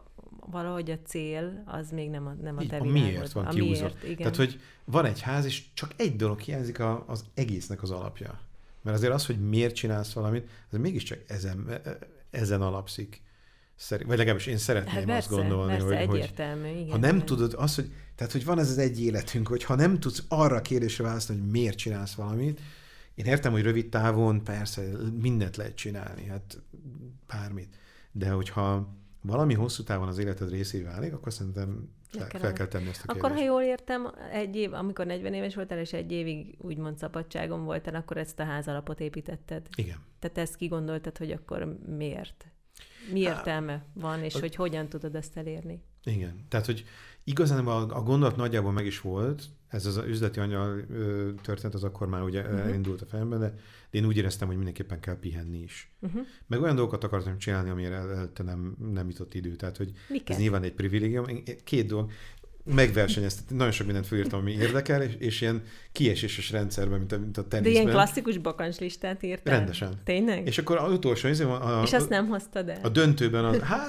valahogy a cél, az még nem a te világod. A miért van kiúzott. Igen. Tehát, hogy van egy ház, és csak egy dolog hiányzik az egésznek az alapja. Mert azért az, hogy miért csinálsz valamit, az mégiscsak ezen alapszik. Vagy legalábbis én szeretném azt gondolni, persze, hogy egyértelmű, igen. Ha nem tudod azt, hogy, tehát, hogy van ez az egy életünk, hogy ha nem tudsz arra a kérdésre válaszolni, hogy miért csinálsz valamit, én értem, hogy rövid távon persze mindent lehet csinálni, hát bármit. De hogyha valami hosszú távon az életed részévé válik, akkor szerintem fel kell tenni ezt a kérdést. Akkor, ha jól értem, amikor 40 éves voltál, és egy évig úgymond szabadságon voltál, akkor ezt a házalapot építetted. Igen. Tehát ezt kigondoltad, hogy akkor miért? Mi értelme van, és hogy hogyan tudod ezt elérni? Igen. Tehát, hogy igazán a gondolat nagyjából meg is volt, ez az üzleti anyag történet, az akkor már ugye elindult a fejemben, de én úgy éreztem, hogy mindenképpen kell pihenni is. Meg olyan dolgokat akartam csinálni, amire nem jutott idő. Tehát, hogy ez nyilván egy privilégium. Két dolog. Megversenyeztem, nagyon sok mindent fölírtam, ami érdekel, és ilyen kieséses rendszerben, mint a teniszben. De ilyen klasszikus bakancslistát írtál? Rendesen. Tényleg? És akkor az utolsó és azt nem hoztad el? A döntőben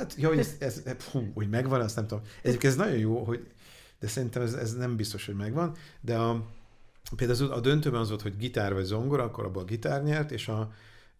hogy megvan, azt nem tudom. Egyébként ez nagyon jó, de szerintem ez nem biztos, hogy megvan, de például a döntőben az volt, hogy gitár vagy zongora, akkor abban a gitár nyert, és a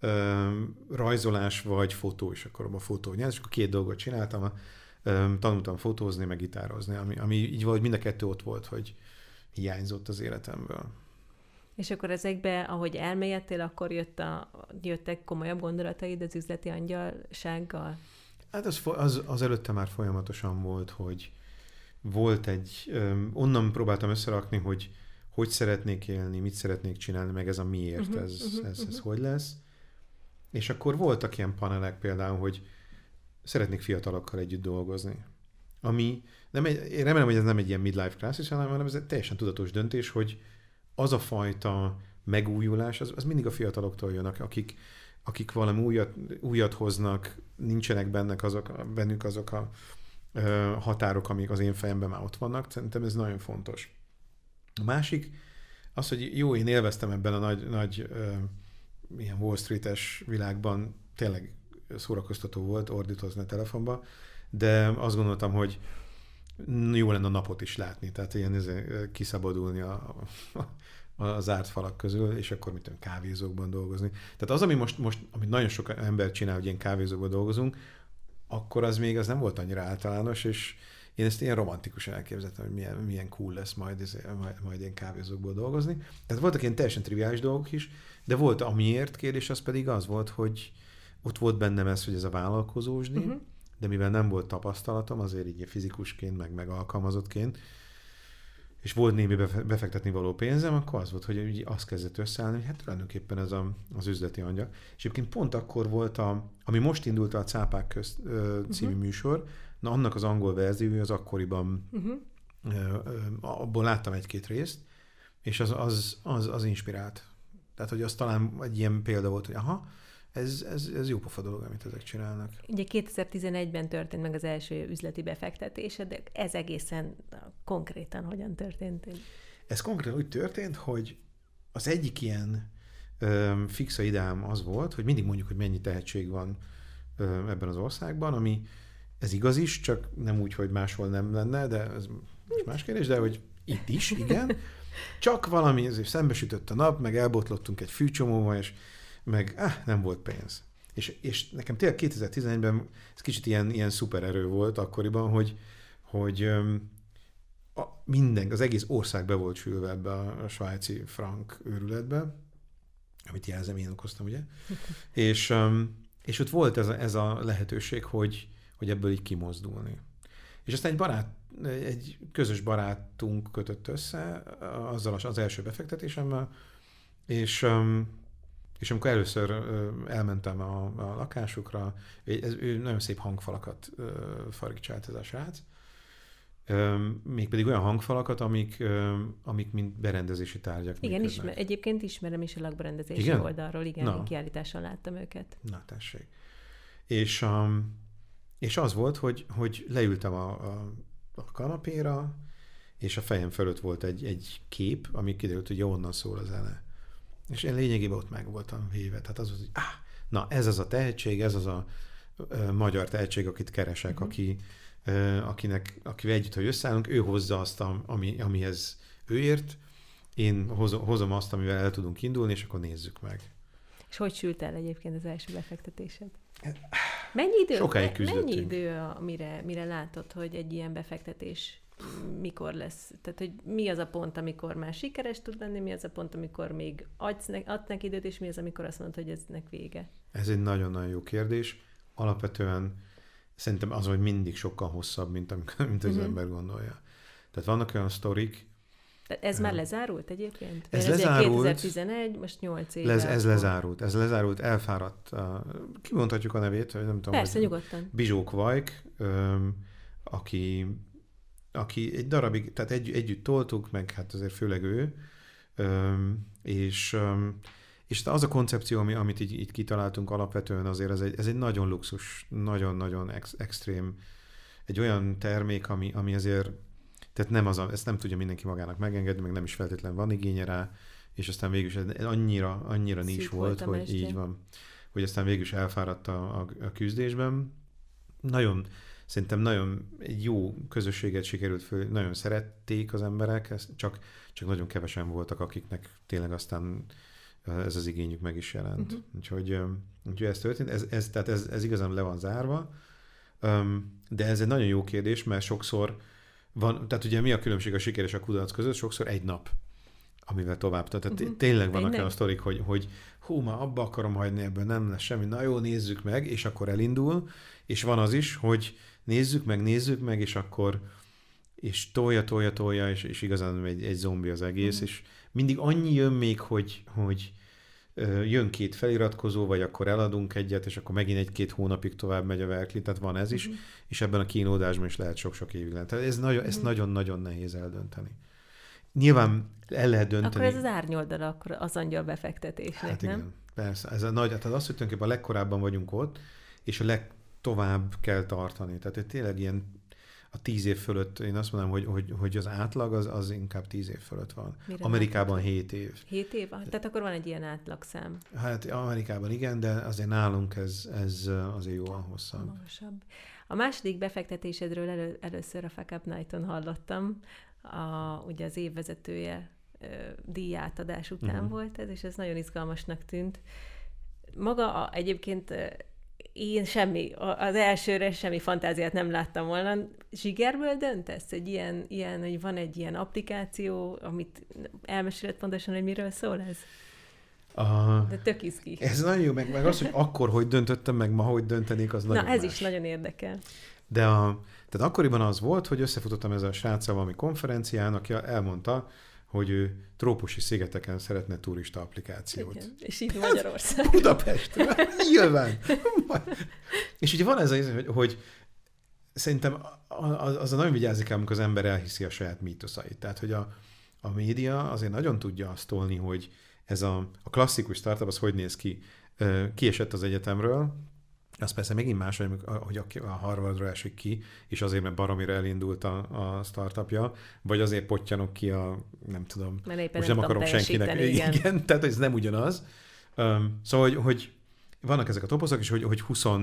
rajzolás vagy fotó, és akkor abban a fotó nyert, és akkor két dolgot csináltam, tanultam fotózni, meg gitározni, ami így valahogy mind a kettő ott volt, hogy hiányzott az életemből. És akkor ezekbe, ahogy elmélyedtél, akkor jöttek komolyabb gondolataid az üzleti angyalsággal? Hát az előtte már folyamatosan volt, hogy volt onnan próbáltam összerakni, hogy szeretnék élni, mit szeretnék csinálni, meg ez a miért, ez hogy lesz. És akkor voltak ilyen panelek például, hogy szeretnék fiatalokkal együtt dolgozni. Ami én remélem, hogy ez nem egy ilyen midlife crisis, hanem ez egy teljesen tudatos döntés, hogy az a fajta megújulás, az mindig a fiataloktól jön, akik valami újat hoznak, nincsenek bennük azok a határok, amik az én fejemben már ott vannak. Szerintem ez nagyon fontos. A másik az, hogy jó, én élveztem ebben a nagy ilyen Wall Street-es világban, tényleg szórakoztató volt ordítozni a telefonba, de azt gondoltam, hogy jó lenne a napot is látni, tehát ilyen kiszabadulni a zárt falak közül, és akkor kávézókban dolgozni. Tehát az, ami most amit nagyon sok ember csinál, hogy ilyen kávézókban dolgozunk, akkor az nem volt annyira általános, és én ezt ilyen romantikusan elképzeltem, hogy milyen cool lesz majd ilyen kávézókból dolgozni. Tehát voltak ilyen teljesen triviális dolgok is, de volt a miért kérdés, az pedig az volt, hogy ott volt bennem ez, hogy ez a vállalkozósdi, de mivel nem volt tapasztalatom, azért így fizikusként, meg alkalmazottként, és volt némi befektetni való pénzem, akkor az volt, hogy azt kezdett összeállni, hogy hát tulajdonképpen ez az üzleti angyal. És egyébként pont akkor volt, ami most indult a Cápák közt című műsor, na annak az angol verziója az akkoriban, abból láttam egy-két részt, és az inspirált. Tehát, hogy az talán egy ilyen példa volt, hogy ez jó pofa dolog, amit ezek csinálnak. Ugye 2011-ben történt meg az első üzleti befektetése, de ez egészen konkrétan hogyan történt? Ez konkrétan úgy történt, hogy az egyik ilyen fixa ideám az volt, hogy mindig mondjuk, hogy mennyi tehetség van ebben az országban, ami ez igaz is, csak nem úgy, hogy máshol nem lenne, de ez most más kérdés, de hogy itt is, igen. Csak valami, ezért szembesütött a nap, meg elbotlottunk egy fűcsomóval, és meg nem volt pénz. És nekem tényleg 2011-ben ez kicsit ilyen szupererő volt akkoriban, hogy az egész ország be volt sülve ebbe a svájci frank őrületbe, amit jelzem, én okoztam, ugye? És ott volt ez a lehetőség, hogy ebből így kimozdulni. És aztán egy közös barátunk kötött össze azzal az első befektetésemmel, és amikor először elmentem a lakásukra, ő nagyon szép hangfalakat farigcsált ez a srác, mégpedig olyan hangfalakat, amik mint berendezési tárgyak. Igen, egyébként ismerem is a lakberendezési oldalról, igen, kiállításon láttam őket. Na, tessék. És az volt, hogy leültem a kanapéra, és a fejem fölött volt egy kép, ami kiderült, hogy onnan szól a zene. És én lényegében ott meg voltam véve. Tehát az, hogy na ez az a tehetség, ez az a magyar tehetség, akit keresek, aki akivel együtt, hogy összeállunk, ő hozza azt, amihez ő ért, én hozom azt, amivel el tudunk indulni, és akkor nézzük meg. És hogy sült el egyébként az első befektetésed? Sokáig küzdöttünk. Mennyi idő, mire látod, hogy egy ilyen befektetés mikor lesz? Tehát, hogy mi az a pont, amikor már sikeres tud lenni, mi az a pont, amikor még adsz neki időt, és mi az, amikor azt mondod, hogy eznek vége? Ez egy nagyon-nagyon jó kérdés. Alapvetően szerintem az, hogy mindig sokkal hosszabb, mint az ember gondolja. Tehát vannak olyan sztorik. Ez már lezárult egyébként? Ez lezárult. 2011, most 8 éve. Ez lezárult, elfáradt. Kimondhatjuk a nevét, nem tudom. Persze, nyugodtan. Bizsók Vajk, aki egy darabig, tehát együtt toltuk, meg hát azért főleg ő, és az a koncepció, amit így kitaláltunk alapvetően azért, ez egy nagyon luxus, nagyon-nagyon extrém, egy olyan termék, ami azért, tehát ezt nem tudja mindenki magának megengedni, meg nem is feltétlenül van igénye rá, és aztán végül is annyira nincs volt, hogy így van, hogy aztán végül is elfáradt a küzdésben. Szerintem nagyon egy jó közösséget sikerült föl, nagyon szerették az emberek, csak nagyon kevesen voltak, akiknek tényleg aztán ez az igényük meg is jelent. Úgyhogy ez történt, ez igazán le van zárva, de ez egy nagyon jó kérdés, mert sokszor van, tehát ugye mi a különbség a siker és a kudarc között? Sokszor egy nap, amivel tovább. Tehát tényleg vannak olyan sztorik, hogy hú, már abba akarom hagyni, ebből nem lesz semmi, na jó, nézzük meg, és akkor elindul, és van az is, hogy nézzük meg, és akkor és tolja, és igazán egy zombi az egész, és mindig annyi jön még, hogy jön 2 feliratkozó, vagy akkor eladunk egyet, és akkor megint 1-2 hónapig tovább megy a verkli, tehát van ez is, és ebben a kínódásban is lehet sok-sok évig lenni. Tehát ezt nagyon-nagyon nehéz eldönteni. Nyilván el lehet dönteni. Akkor ez az árnyoldala akkor az angyal befektetésnek, hát nem? Igen, persze. Ez a nagy, tehát az, hogy tulajdonképpen a legkorábban vagyunk ott, és a legtovább kell tartani. Tehát tényleg ilyen a 10 év fölött, én azt mondom, hogy az átlag az inkább 10 év fölött van. Mire Amerikában 7 év. 7 év? Tehát akkor van egy ilyen átlagszám. Hát Amerikában igen, de azért nálunk ez azért jóval hosszabb. Magasabb. A második befektetésedről először a Fuck Up Night-on hallottam. Ugye az évvezetője díjátadás után volt ez, és ez nagyon izgalmasnak tűnt. Maga egyébként én az elsőre semmi fantáziát nem láttam volna. Zsigerből döntesz? Egy ilyen, hogy van egy ilyen applikáció, amit elmeséled pontosan, hogy miről szól ez? De tök izgi. Ez nagyon jó, meg az, hogy akkor hogy döntöttem, meg ma hogy döntenék, az nagyon Na, ez más. is nagyon érdekel. Tehát akkoriban az volt, hogy összefutottam ezzel a sráccal valami konferencián, aki elmondta, hogy ő trópusi szigeteken szeretne turista applikációt. Igen. És itt Magyarország. Budapest. Nyilván. És ugye van ez hogy szerintem azzal nagyon vigyázik el, amikor az ember elhiszi a saját mítoszait. Tehát, hogy a média azért nagyon tudja azt tolni, hogy ez a klasszikus startup, az hogy néz ki. Kiesett az egyetemről, az persze megint más, hogy a Harvardra esik ki, és azért, mert baromira elindult a startupja, vagy azért pottyanok ki nem tudom, most nem akarom senkinek. Igen, tehát ez nem ugyanaz. Szóval, hogy vannak ezek a toposzok, és hogy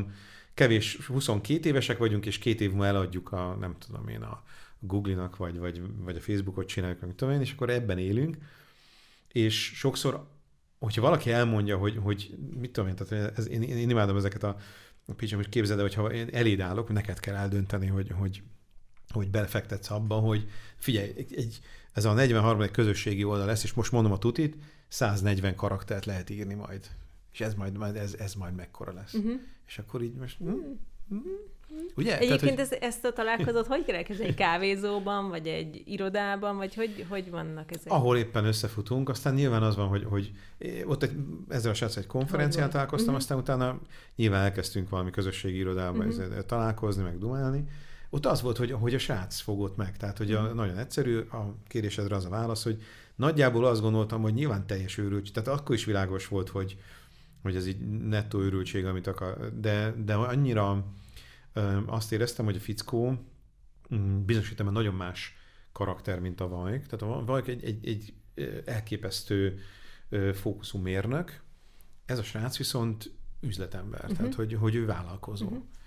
22 évesek vagyunk, és 2 év múlva eladjuk nem tudom én, a Google-nak, vagy a Facebookot csináljuk, nem tudom én, és akkor ebben élünk. És sokszor, hogyha valaki elmondja, hogy mit tudom én, tehát én imádom ezeket a pitch, hogy képzeld el, hogyha én eléd állok, neked kell eldönteni, hogy belefektetsz abba, hogy figyelj, ez a 43. közösségi oldal lesz, és most mondom a tutit, 140 karaktert lehet írni majd. És ez majd mekkora lesz. És akkor így most... Ugye? Egyébként tehát, ezt a találkozót hogy kell elkezdeni? Egy kávézóban, vagy egy irodában, vagy hogy vannak ezek? Ahol éppen összefutunk, aztán nyilván az van, hogy ott ezzel a sráccal egy konferencián találkoztam, aztán utána nyilván elkezdtünk valami közösségi irodában találkozni, meg dumálni. Ott az volt, hogy a srác fogott meg. Tehát, hogy nagyon egyszerű, a kérdésedre az a válasz, hogy nagyjából azt gondoltam, hogy nyilván teljes őrültség. Tehát akkor is világos volt, hogy ez így nettó őrültség, amit akar. De annyira azt éreztem, hogy a fickó bizonyos értelemben nagyon más karakter, mint a Vajk. Tehát a Vajk egy elképesztő fókuszú mérnök, ez a srác viszont üzletember, tehát hogy ő vállalkozó.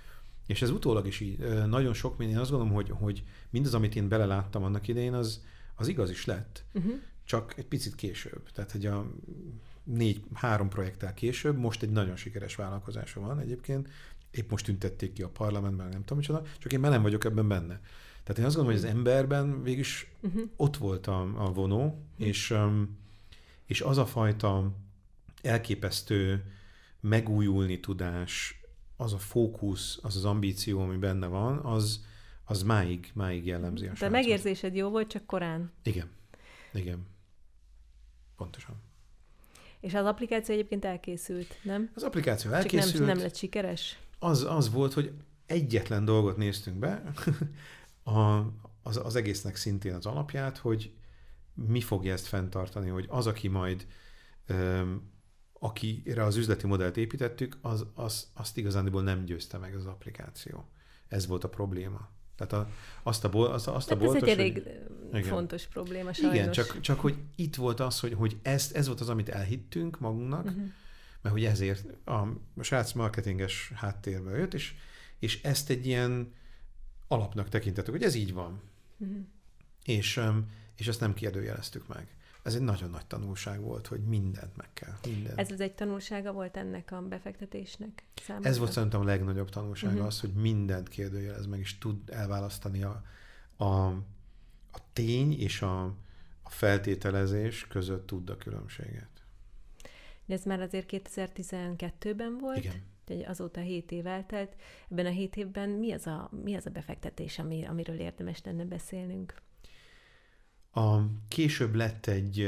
És ez utólag is így, nagyon sok minden, én azt gondolom, hogy mindaz, amit én beleláttam annak idején, az igaz is lett. Csak egy picit később. Tehát, hogy a 3 projekttel később, most egy nagyon sikeres vállalkozása van egyébként, épp most tüntették ki a parlamentben, nem tudom micsoda, csak én már nem vagyok ebben benne. Tehát én azt gondolom, hogy az emberben végülis ott volt a vonó, és az a fajta elképesztő megújulni tudás, az a fókusz, az az ambíció, ami benne van, az máig jellemzi a De srácot. megérzésed jó volt, csak korán. Igen. Pontosan. És az applikáció egyébként elkészült, nem? Az applikáció elkészült. Csak nem lett sikeres? Az volt, hogy egyetlen dolgot néztünk be, az egésznek szintén az alapját, hogy mi fogja ezt fenntartani, hogy az, aki majd akire az üzleti modellt építettük, azt igazándiból nem győzte meg az applikáció. Ez volt a probléma. Tehát azt a boltos... Ez egy elég fontos probléma sajnos. Igen, csak hogy itt volt az, hogy ez volt az, amit elhittünk magunknak, mert hogy ezért a srác marketinges háttérből jött, és ezt egy ilyen alapnak tekintettük, hogy ez így van. És ezt nem kérdőjeleztük meg. Ez egy nagyon nagy tanulság volt, hogy mindent meg kell. Mindent. Ez az egy tanulsága volt ennek a befektetésnek számomra? Ez volt szerintem a legnagyobb tanulsága az, hogy mindent kérdőjelez meg, és tud elválasztani a tény és a feltételezés között tud a különbséget. De ez már azért 2012-ben volt? Igen. Azóta 7 év eltelt. Ebben a 7 évben mi az a befektetés, amiről érdemes lenne beszélnünk? Később lett egy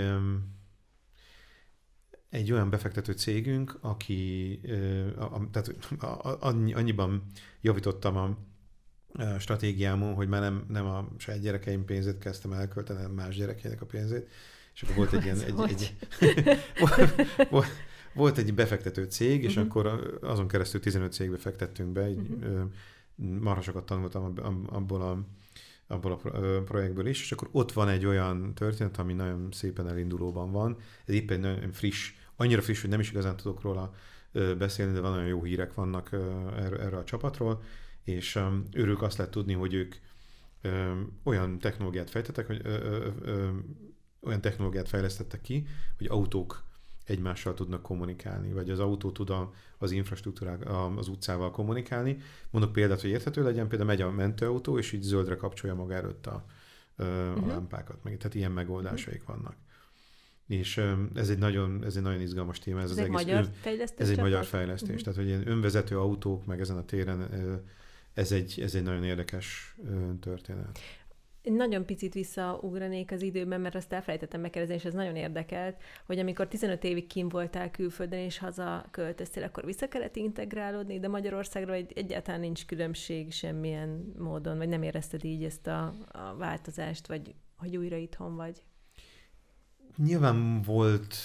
olyan befektető cégünk, aki tehát annyiban javítottam a stratégiámon, hogy már nem a saját gyerekeim pénzét kezdtem elkölteni, hanem más gyerekeinek a pénzét. És akkor volt egy ilyen... volt egy befektető cég, és akkor azon keresztül 15 cégbe fektettünk be, marha sokat tanultam abból a projektből is, és akkor ott van egy olyan történet, ami nagyon szépen elindulóban van. Ez éppen nagyon friss, annyira friss, hogy nem is igazán tudok róla beszélni, de van olyan jó hírek vannak erről a csapatról, és őrülök azt lehet tudni, hogy ők olyan technológiát fejtettek, hogy olyan technológiát fejlesztettek ki, hogy autók egymással tudnak kommunikálni, vagy az autó tud az infrastruktúrák az utcával kommunikálni. Mondok példát, hogy érthető legyen, például megy a mentőautó, és így zöldre kapcsolja maga előtt a lámpákat. Tehát ilyen megoldásaik vannak. És ez egy nagyon izgalmas téma. Ez egy magyar fejlesztés? Ez egy magyar fejlesztés. Tehát, hogy ilyen önvezető autók, meg ezen a téren, ez egy nagyon érdekes történet. Én nagyon picit visszaugranék az időben, mert azt elfelejtettem megkérdezni, és ez nagyon érdekelt, hogy amikor 15 évig kint voltál külföldön, és haza költöztél, akkor vissza kellett integrálódni, de Magyarországra egyáltalán nincs különbség semmilyen módon, vagy nem érezted így ezt a változást, vagy hogy újra itthon vagy? Nyilván volt...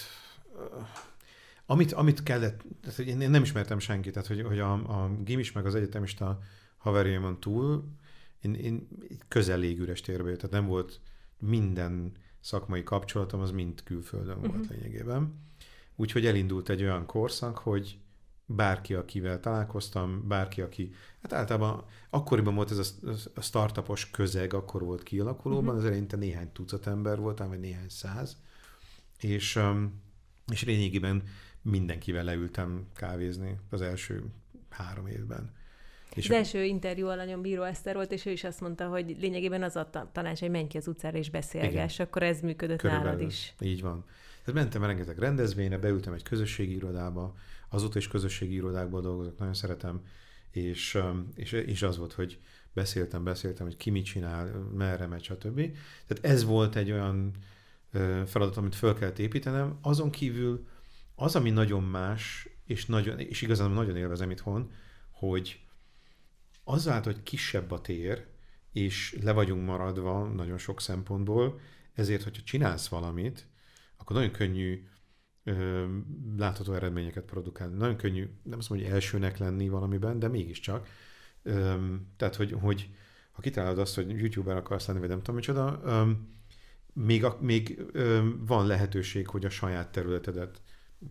Amit kellett... Tehát én nem ismertem senkit, tehát hogy a gimis meg az egyetemista haverjaimon túl én közel légüres térbe jött, tehát nem volt minden szakmai kapcsolatom, az mind külföldön volt lényegében. Úgyhogy elindult egy olyan korszak, hogy bárki, akivel találkoztam, bárki, aki... Hát általában akkoriban volt ez a startupos közeg, akkor volt kialakulóban, az eleinte néhány tucat ember voltam, vagy néhány száz, és lényegében mindenkivel leültem kávézni az első 3 évben. És az első interjú alanyom Bíró Eszter volt, és ő is azt mondta, hogy lényegében az a tanács, hogy menj ki az utcára és beszélgess, akkor ez működött körülbelül nálad is. Így van. Tehát mentem rengeteg rendezvényre, beültem egy közösségi irodába, azóta is közösségi irodákból dolgozok, nagyon szeretem, és az volt, hogy beszéltem, hogy ki mit csinál, merre megy, stb. Tehát ez volt egy olyan feladat, amit föl kellett építenem. Azon kívül az, ami nagyon más, és igazán nagyon élvezem itthon, hogy azáltal, hogy kisebb a tér, és le vagyunk maradva nagyon sok szempontból, ezért, hogyha csinálsz valamit, akkor nagyon könnyű látható eredményeket produkálni. Nagyon könnyű, nem azt mondom, hogy elsőnek lenni valamiben, de mégiscsak. Tehát, hogy ha kitalálod azt, hogy YouTuber akarsz lenni, vagy nem tudom micsoda, még van lehetőség, hogy a saját területedet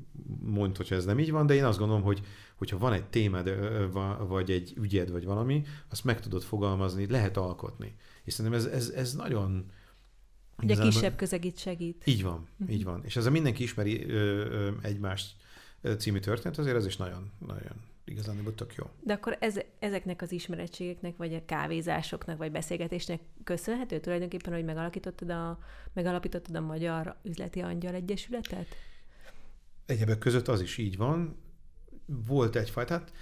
mondd, hogyha ez nem így van, de én azt gondolom, hogy hogyha van egy témád, vagy egy ügyed, vagy valami, azt meg tudod fogalmazni, lehet alkotni. És szerintem ez nagyon... Ugye a kisebb közeg itt segít. Így van, így van. És ez a mindenki ismeri egymást című történet, azért ez is nagyon, nagyon igazán tök jó. De akkor ezeknek az ismerettségeknek, vagy a kávézásoknak, vagy beszélgetésnek köszönhető tulajdonképpen, hogy megalapítottad a Magyar Üzleti Angyal Egyesületet? Egyebek között az is így van. Volt egyfajta, hát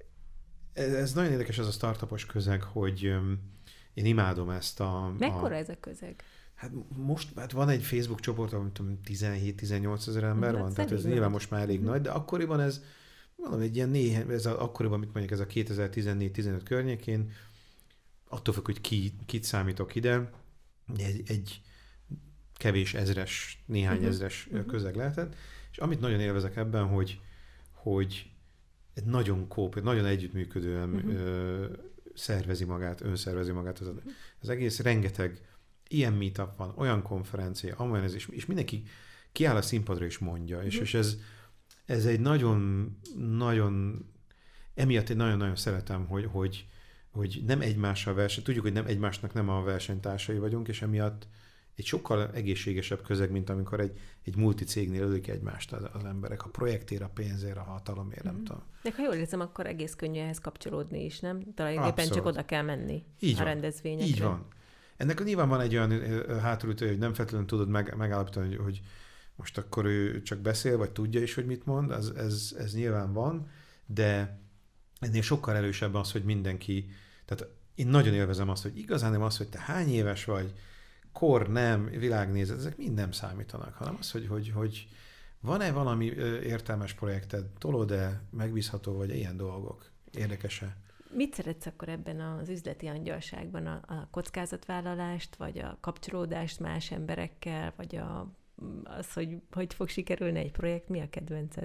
ez nagyon érdekes ez a startupos közeg, hogy én imádom ezt a... Mekkora ez a közeg? Hát most van egy Facebook csoport, ahol 17-18 ezer ember van, tehát ez nyilván most már elég nagy, de akkoriban ez valami egy ilyen akkoriban, mit mondjuk, ez a 2014-15 környékén, attól függ, hogy kit számítok ide, egy kevés ezres, néhány ezres közeg lehetett, és amit nagyon élvezek ebben, hogy egy nagyon nagyon együttműködően szervezi magát, önszervezi magát az egész, rengeteg ilyen meetup van, olyan konferencia, amolyan ez, és mindenki kiáll a színpadra és mondja, és ez egy nagyon, emiatt én nagyon-nagyon szeretem, hogy nem egymással verseny, tudjuk, hogy nem egymásnak nem a versenytársai vagyunk, és emiatt egy sokkal egészségesebb közeg, mint amikor egy multicégnél ölik egymást az emberek, a projektért, a pénzért, a hatalomért, nem tudom. De ha jól érzem, akkor egész könnyű ehhez kapcsolódni is, nem? Talán csak oda kell menni így a rendezvényekre. Így van. Ennek nyilván van egy olyan hátulütője, hogy nem feltétlenül tudod megállapítani, hogy most akkor ő csak beszél, vagy tudja is, hogy mit mond, ez nyilván van, de ennél sokkal erősebb az, hogy mindenki, tehát én nagyon élvezem azt, hogy igazán nem az, hogy te hány éves vagy, kor, nem, világnézet, ezek mind nem számítanak, hanem az, hogy van-e valami értelmes projekted, tolod-e, megbízható, vagy ilyen dolgok, érdekes-e? Mit szeretsz akkor ebben az üzleti angyalságban? A kockázatvállalást, vagy a kapcsolódást más emberekkel, vagy az, hogy fog sikerülni egy projekt? Mi a kedvenced?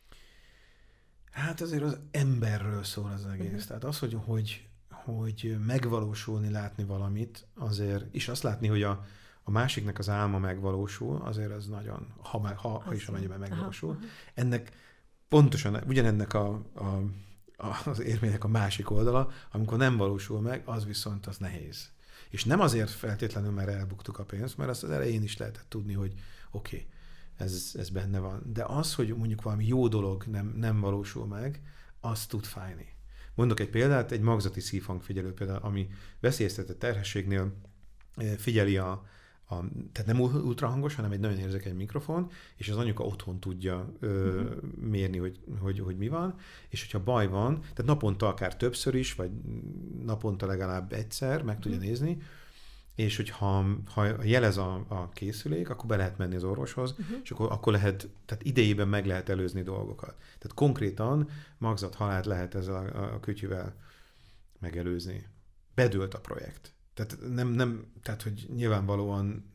Hát azért az emberről szól az egész. Tehát az, hogy megvalósulni, látni valamit, azért, és azt látni, hogy a másiknak az álma megvalósul, azért az nagyon, ha is amennyiben megvalósul. Aha. Ennek pontosan, ugyanennek az érmének a másik oldala, amikor nem valósul meg, az viszont az nehéz. És nem azért feltétlenül, mert elbuktuk a pénzt, mert azt az elején is lehetett tudni, hogy oké, ez benne van. De az, hogy mondjuk valami jó dolog nem valósul meg, az tud fájni. Mondok egy példát, egy magzati szívhangfigyelő például, ami veszélyeztetett terhességnél figyeli tehát nem ultrahangos, hanem egy nagyon érzékeny mikrofon, és az anyuka otthon tudja mérni, hogy mi van, és hogyha baj van, tehát naponta akár többször is, vagy naponta legalább egyszer meg tudja nézni, és hogyha jelez a készülék, akkor be lehet menni az orvoshoz, és akkor lehet, tehát idejében meg lehet előzni dolgokat. Tehát konkrétan magzathalált lehet ezzel a kütyüvel megelőzni. Bedőlt a projekt. Tehát tehát hogy nyilvánvalóan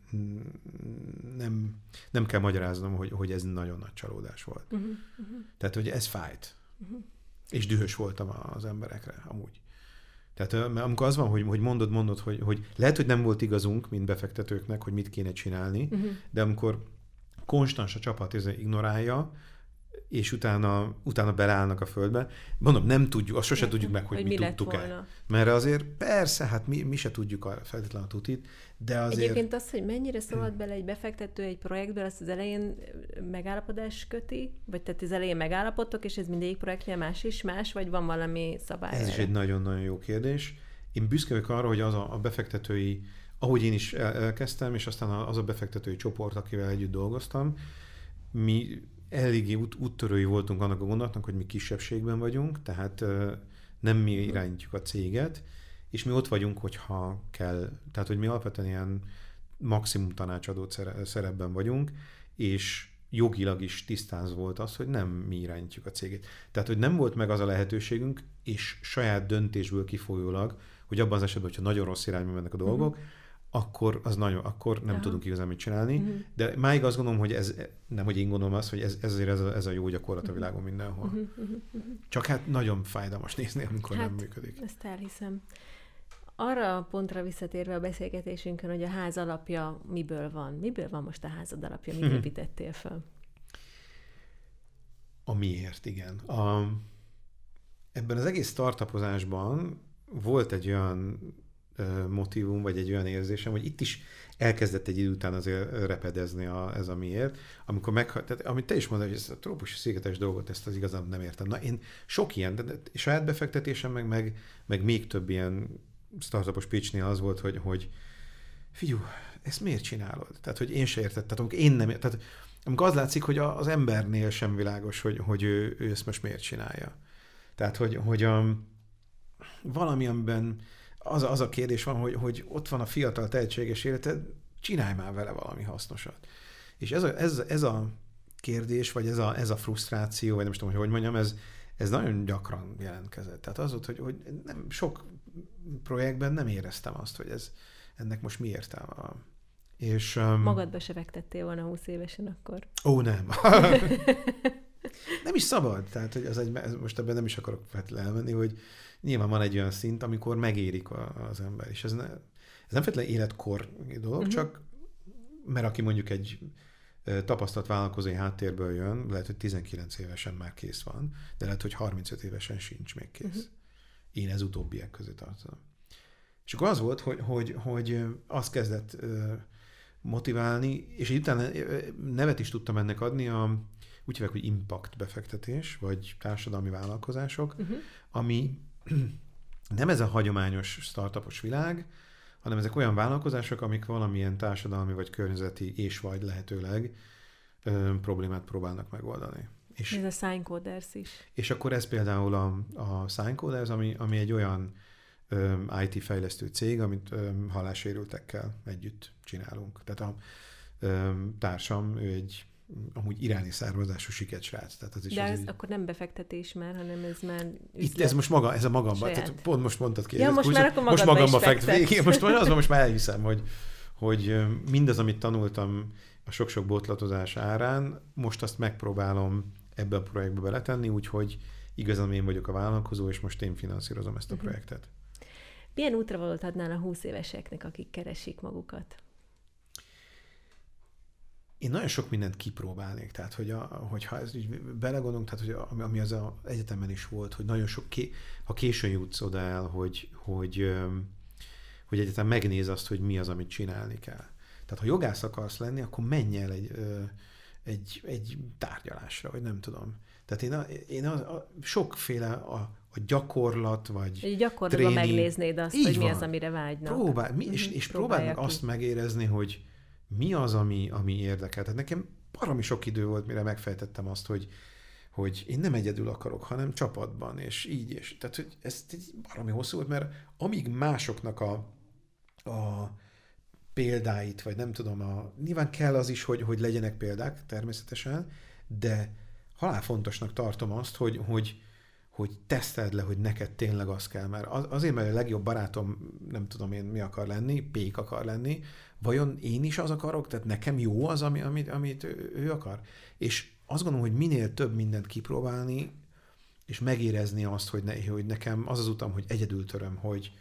nem kell magyaráznom, hogy ez nagyon nagy csalódás volt. Tehát, hogy ez fájt. És dühös voltam az emberekre, amúgy. Tehát amikor az van, hogy mondod, hogy lehet, hogy nem volt igazunk, mint befektetőknek, hogy mit kéne csinálni, de amikor konstans a csapat ignorálja, és utána beleállnak a földbe. Mondom, nem tudjuk, azt sose tudjuk meg, hogy mi tudtuk-e. Mert azért persze, hát mi se tudjuk feltétlenül a tutit, de azért... Egyébként az, hogy mennyire szólalt bele egy befektető egy projektbe, azt az elején megállapodás köti? Vagy tehát az elején megállapodtok, és ez mindegyik projektnél más, vagy van valami szabály? Ez is egy nagyon-nagyon jó kérdés. Én büszke vagyok arra, hogy az a befektetői, ahogy én is elkezdtem, és aztán az a befektetői csoport, akivel együtt dolgoztam, mi eléggé úttörői voltunk annak a gondolatnak, hogy mi kisebbségben vagyunk, tehát nem mi irányítjuk a céget, és mi ott vagyunk, hogyha kell. Tehát, hogy mi alapvetően ilyen maximum tanácsadó szerepben vagyunk, és jogilag is tisztáz volt az, hogy nem mi irányítjuk a céget. Tehát, hogy nem volt meg az a lehetőségünk, és saját döntésből kifolyólag, hogy abban az esetben, hogyha nagyon rossz irányba mennek a dolgok, akkor nem tudunk igazán mit csinálni. De máig azt gondolom, hogy ez, nem hogy én gondolom azt, hogy ez a jó gyakorlat a világon mindenhol. Csak hát nagyon fájdalmas nézni, amikor nem működik. Ezt elhiszem. Arra a pontra visszatérve a beszélgetésünkön, hogy a ház alapja miből van? Miből van most a házad alapja? Mit építettél fel? A miért, igen. Ebben az egész startupozásban volt egy olyan motívum, vagy egy olyan érzésem, hogy itt is elkezdett egy idő után azért repedezni ez a miért. Amikor tehát, amit te is mondod, hogy ezt a trópusi szigetes dolgot, ezt az igazán nem értem. Na, én sok ilyen, de saját befektetésem, meg még több ilyen startupos pitchnél az volt, hogy figyú, ezt miért csinálod? Tehát, hogy én se értettem, amikor az látszik, hogy az embernél sem világos, hogy ő ezt most miért csinálja. Tehát, hogy valami, amiben az a kérdés van, hogy ott van a fiatal tehetséges életed, csinálj már vele valami hasznosat. És ez a kérdés, vagy ez a frusztráció, vagy nem tudom, hogy mondjam, ez nagyon gyakran jelentkezett. Tehát az volt, hogy nem, sok projektben nem éreztem azt, hogy ennek most mi értelme van. És, magadba se fektettél volna 20 évesen akkor? Ó, nem. Nem is szabad. Tehát, hogy most ebben nem is akarok elmenni, hogy nyilván van egy olyan szint, amikor megérik az ember. És ez nem feltétlenül életkor dolog, csak mert aki mondjuk egy tapasztalt vállalkozói háttérből jön, lehet, hogy 19 évesen már kész van, de lehet, hogy 35 évesen sincs még kész. Én ez utóbbiak közé tartozom. És akkor az volt, hogy azt kezdett motiválni, és utána nevet is tudtam ennek adni, úgy hívják, hogy impact befektetés, vagy társadalmi vállalkozások, ami nem ez a hagyományos startupos világ, hanem ezek olyan vállalkozások, amik valamilyen társadalmi vagy környezeti és/vagy lehetőleg problémát próbálnak megoldani. És ez a Signcoders is. És akkor ez például a Signcoders, ami egy olyan IT fejlesztő cég, amit hallássérültekkel együtt csinálunk. Tehát a társam, ő egy amúgy iráni származású siketsrác. De ez akkor nem befektetés már, hanem ez már üzlet. Itt ez most ez a magamban. Tehát pont most mondtad ki. Ja, most már akkor magadba is fektet. Most már elhiszem, hogy mindaz, amit tanultam a sok-sok botlatozás árán, most azt megpróbálom ebbe a projektbe beletenni, úgyhogy igazán én vagyok a vállalkozó, és most én finanszírozom ezt a projektet. Milyen útravalót adnál a 20 éveseknek, akik keresik magukat? Én nagyon sok mindent kipróbálnék, tehát hogyha ez így belegondolunk, tehát hogy ami az egyetemen is volt, hogy nagyon sok, ha későn jutsz oda el, hogy egyetem megnéz azt, hogy mi az, amit csinálni kell. Tehát ha jogász akarsz lenni, akkor menj el egy tárgyalásra, vagy nem tudom. Tehát én sokféle a gyakorlat, vagy gyakorlatban megnéznéd azt, így hogy van. Mi az, amire vágynak. És próbáld meg azt megérezni, hogy mi az, ami érdekel. Tehát nekem baromi sok idő volt, mire megfejtettem azt, hogy én nem egyedül akarok, hanem csapatban, és így, és tehát, hogy ez baromi hosszú volt, mert amíg másoknak a példáit, vagy nem tudom, nyilván kell az is, hogy legyenek példák, természetesen, de halálfontosnak tartom azt, hogy teszteld le, hogy neked tényleg az kell, mert azért, mert a legjobb barátom, nem tudom én mi akar lenni, pék akar lenni, vajon én is az akarok, tehát nekem jó az, amit ő akar? És azt gondolom, hogy minél több mindent kipróbálni, és megérezni azt, hogy nekem az az utam, hogy egyedül töröm,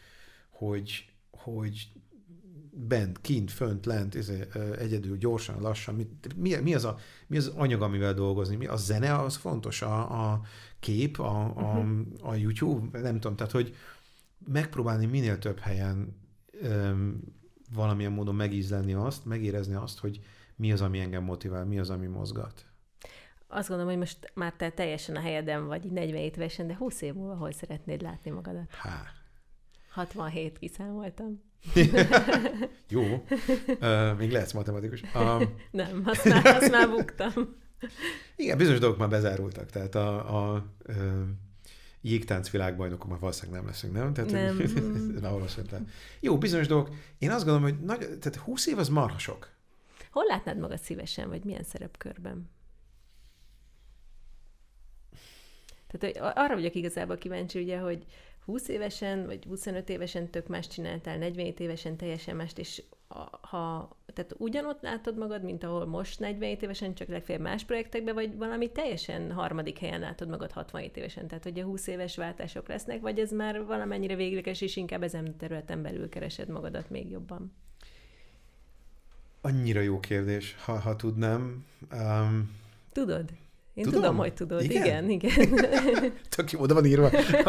hogy bent, kint, fönt, lent, egyedül, gyorsan, lassan, mi az anyag, amivel dolgozni? A zene, az fontos, a kép, a YouTube, nem tudom, tehát, hogy megpróbálni minél több helyen valamilyen módon megízlelni azt, megérezni azt, hogy mi az, ami engem motivál, mi az, ami mozgat. Azt gondolom, hogy most már te teljesen a helyeden vagy, 47 évesen, de 20 év múlva hol szeretnéd látni magadat? 67 kiszámoltam. Jó. Még lehetsz matematikus. Nem, azt már buktam. Igen, bizonyos dolgok már bezárultak. Tehát a jégtánc világbajnokok már valószínűleg nem leszünk, nem? Tehát, nem. Jó, bizonyos dolgok. Én azt gondolom, hogy tehát 20 év az marha sok. Hol látnád magad szívesen, vagy milyen szerepkörben? Tehát arra vagyok igazából kíváncsi, ugye, hogy 20 évesen, vagy 25 évesen tök más csináltál, 47 évesen teljesen mást, és tehát ugyanott látod magad, mint ahol most 47 évesen, csak legfeljebb más projektekben, vagy valami teljesen harmadik helyen látod magad 67 évesen? Tehát, hogy a 20 éves váltások lesznek, vagy ez már valamennyire végleges, és inkább ezen a területen belül keresed magadat még jobban? Annyira jó kérdés, ha tudnám. Tudod? Én tudom, hogy tudod. Igen. Tök jó, oda van írva.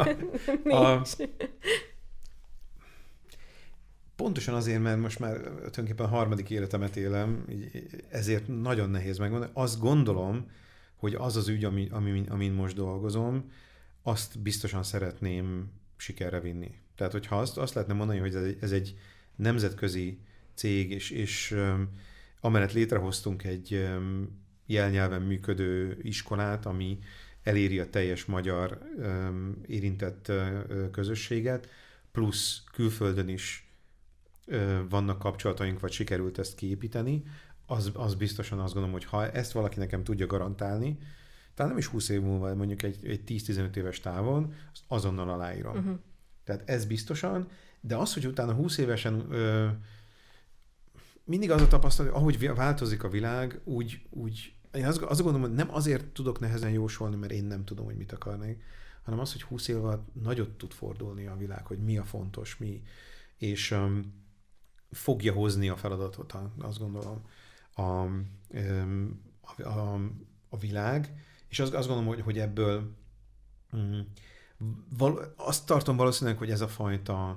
Pontosan azért, mert most már tulajdonképpen a harmadik életemet élem, ezért nagyon nehéz megmondani. Azt gondolom, hogy az az ügy, amin most dolgozom, azt biztosan szeretném sikerre vinni. Tehát, hogyha azt lehetne mondani, hogy ez egy nemzetközi cég, és amellett létrehoztunk egy jelnyelven működő iskolát, ami eléri a teljes magyar érintett közösséget, plusz külföldön is vannak kapcsolataink, vagy sikerült ezt kiépíteni, az biztosan azt gondolom, hogy ha ezt valaki nekem tudja garantálni, talán nem is 20 év múlva, mondjuk egy 10-15 éves távon, azonnal aláírom. Uh-huh. Tehát ez biztosan, de az, hogy utána 20 évesen mindig az a tapasztalat, hogy ahogy változik a világ, úgy én azt gondolom, hogy nem azért tudok nehezen jósolni, mert én nem tudom, hogy mit akarnék, hanem az, hogy 20 év alatt nagyot tud fordulni a világ, hogy mi a fontos, és fogja hozni a feladatot, azt gondolom, a világ, és azt gondolom, hogy ebből azt tartom valószínűleg, hogy ez a fajta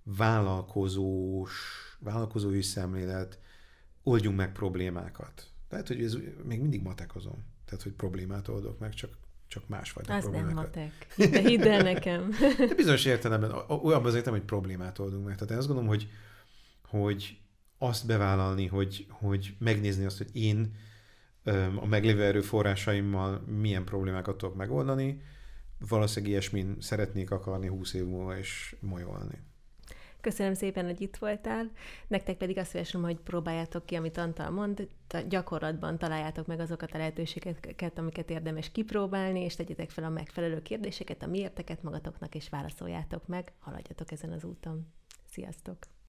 vállalkozói szemlélet, oldjunk meg problémákat. Tehát, hogy ez még mindig matekozom. Tehát, hogy problémát oldok meg, csak másfajta az problémákat. Az nem matek. Hidd el nekem. De bizonyos értelemben, olyan az értelem, hogy problémát oldunk meg. Tehát én azt gondolom, hogy azt bevállalni, hogy megnézni azt, hogy én a meglévő erőforrásaimmal milyen problémákat tudok megoldani, valószínűleg ilyesmin szeretnék akarni 20 év múlva és molyolni. Köszönöm szépen, hogy itt voltál. Nektek pedig azt javaslom, hogy próbáljátok ki, amit Antal mond, gyakorlatban találjátok meg azokat a lehetőségeket, amiket érdemes kipróbálni, és tegyetek fel a megfelelő kérdéseket, a miérteket magatoknak, és válaszoljátok meg, haladjatok ezen az úton. Sziasztok!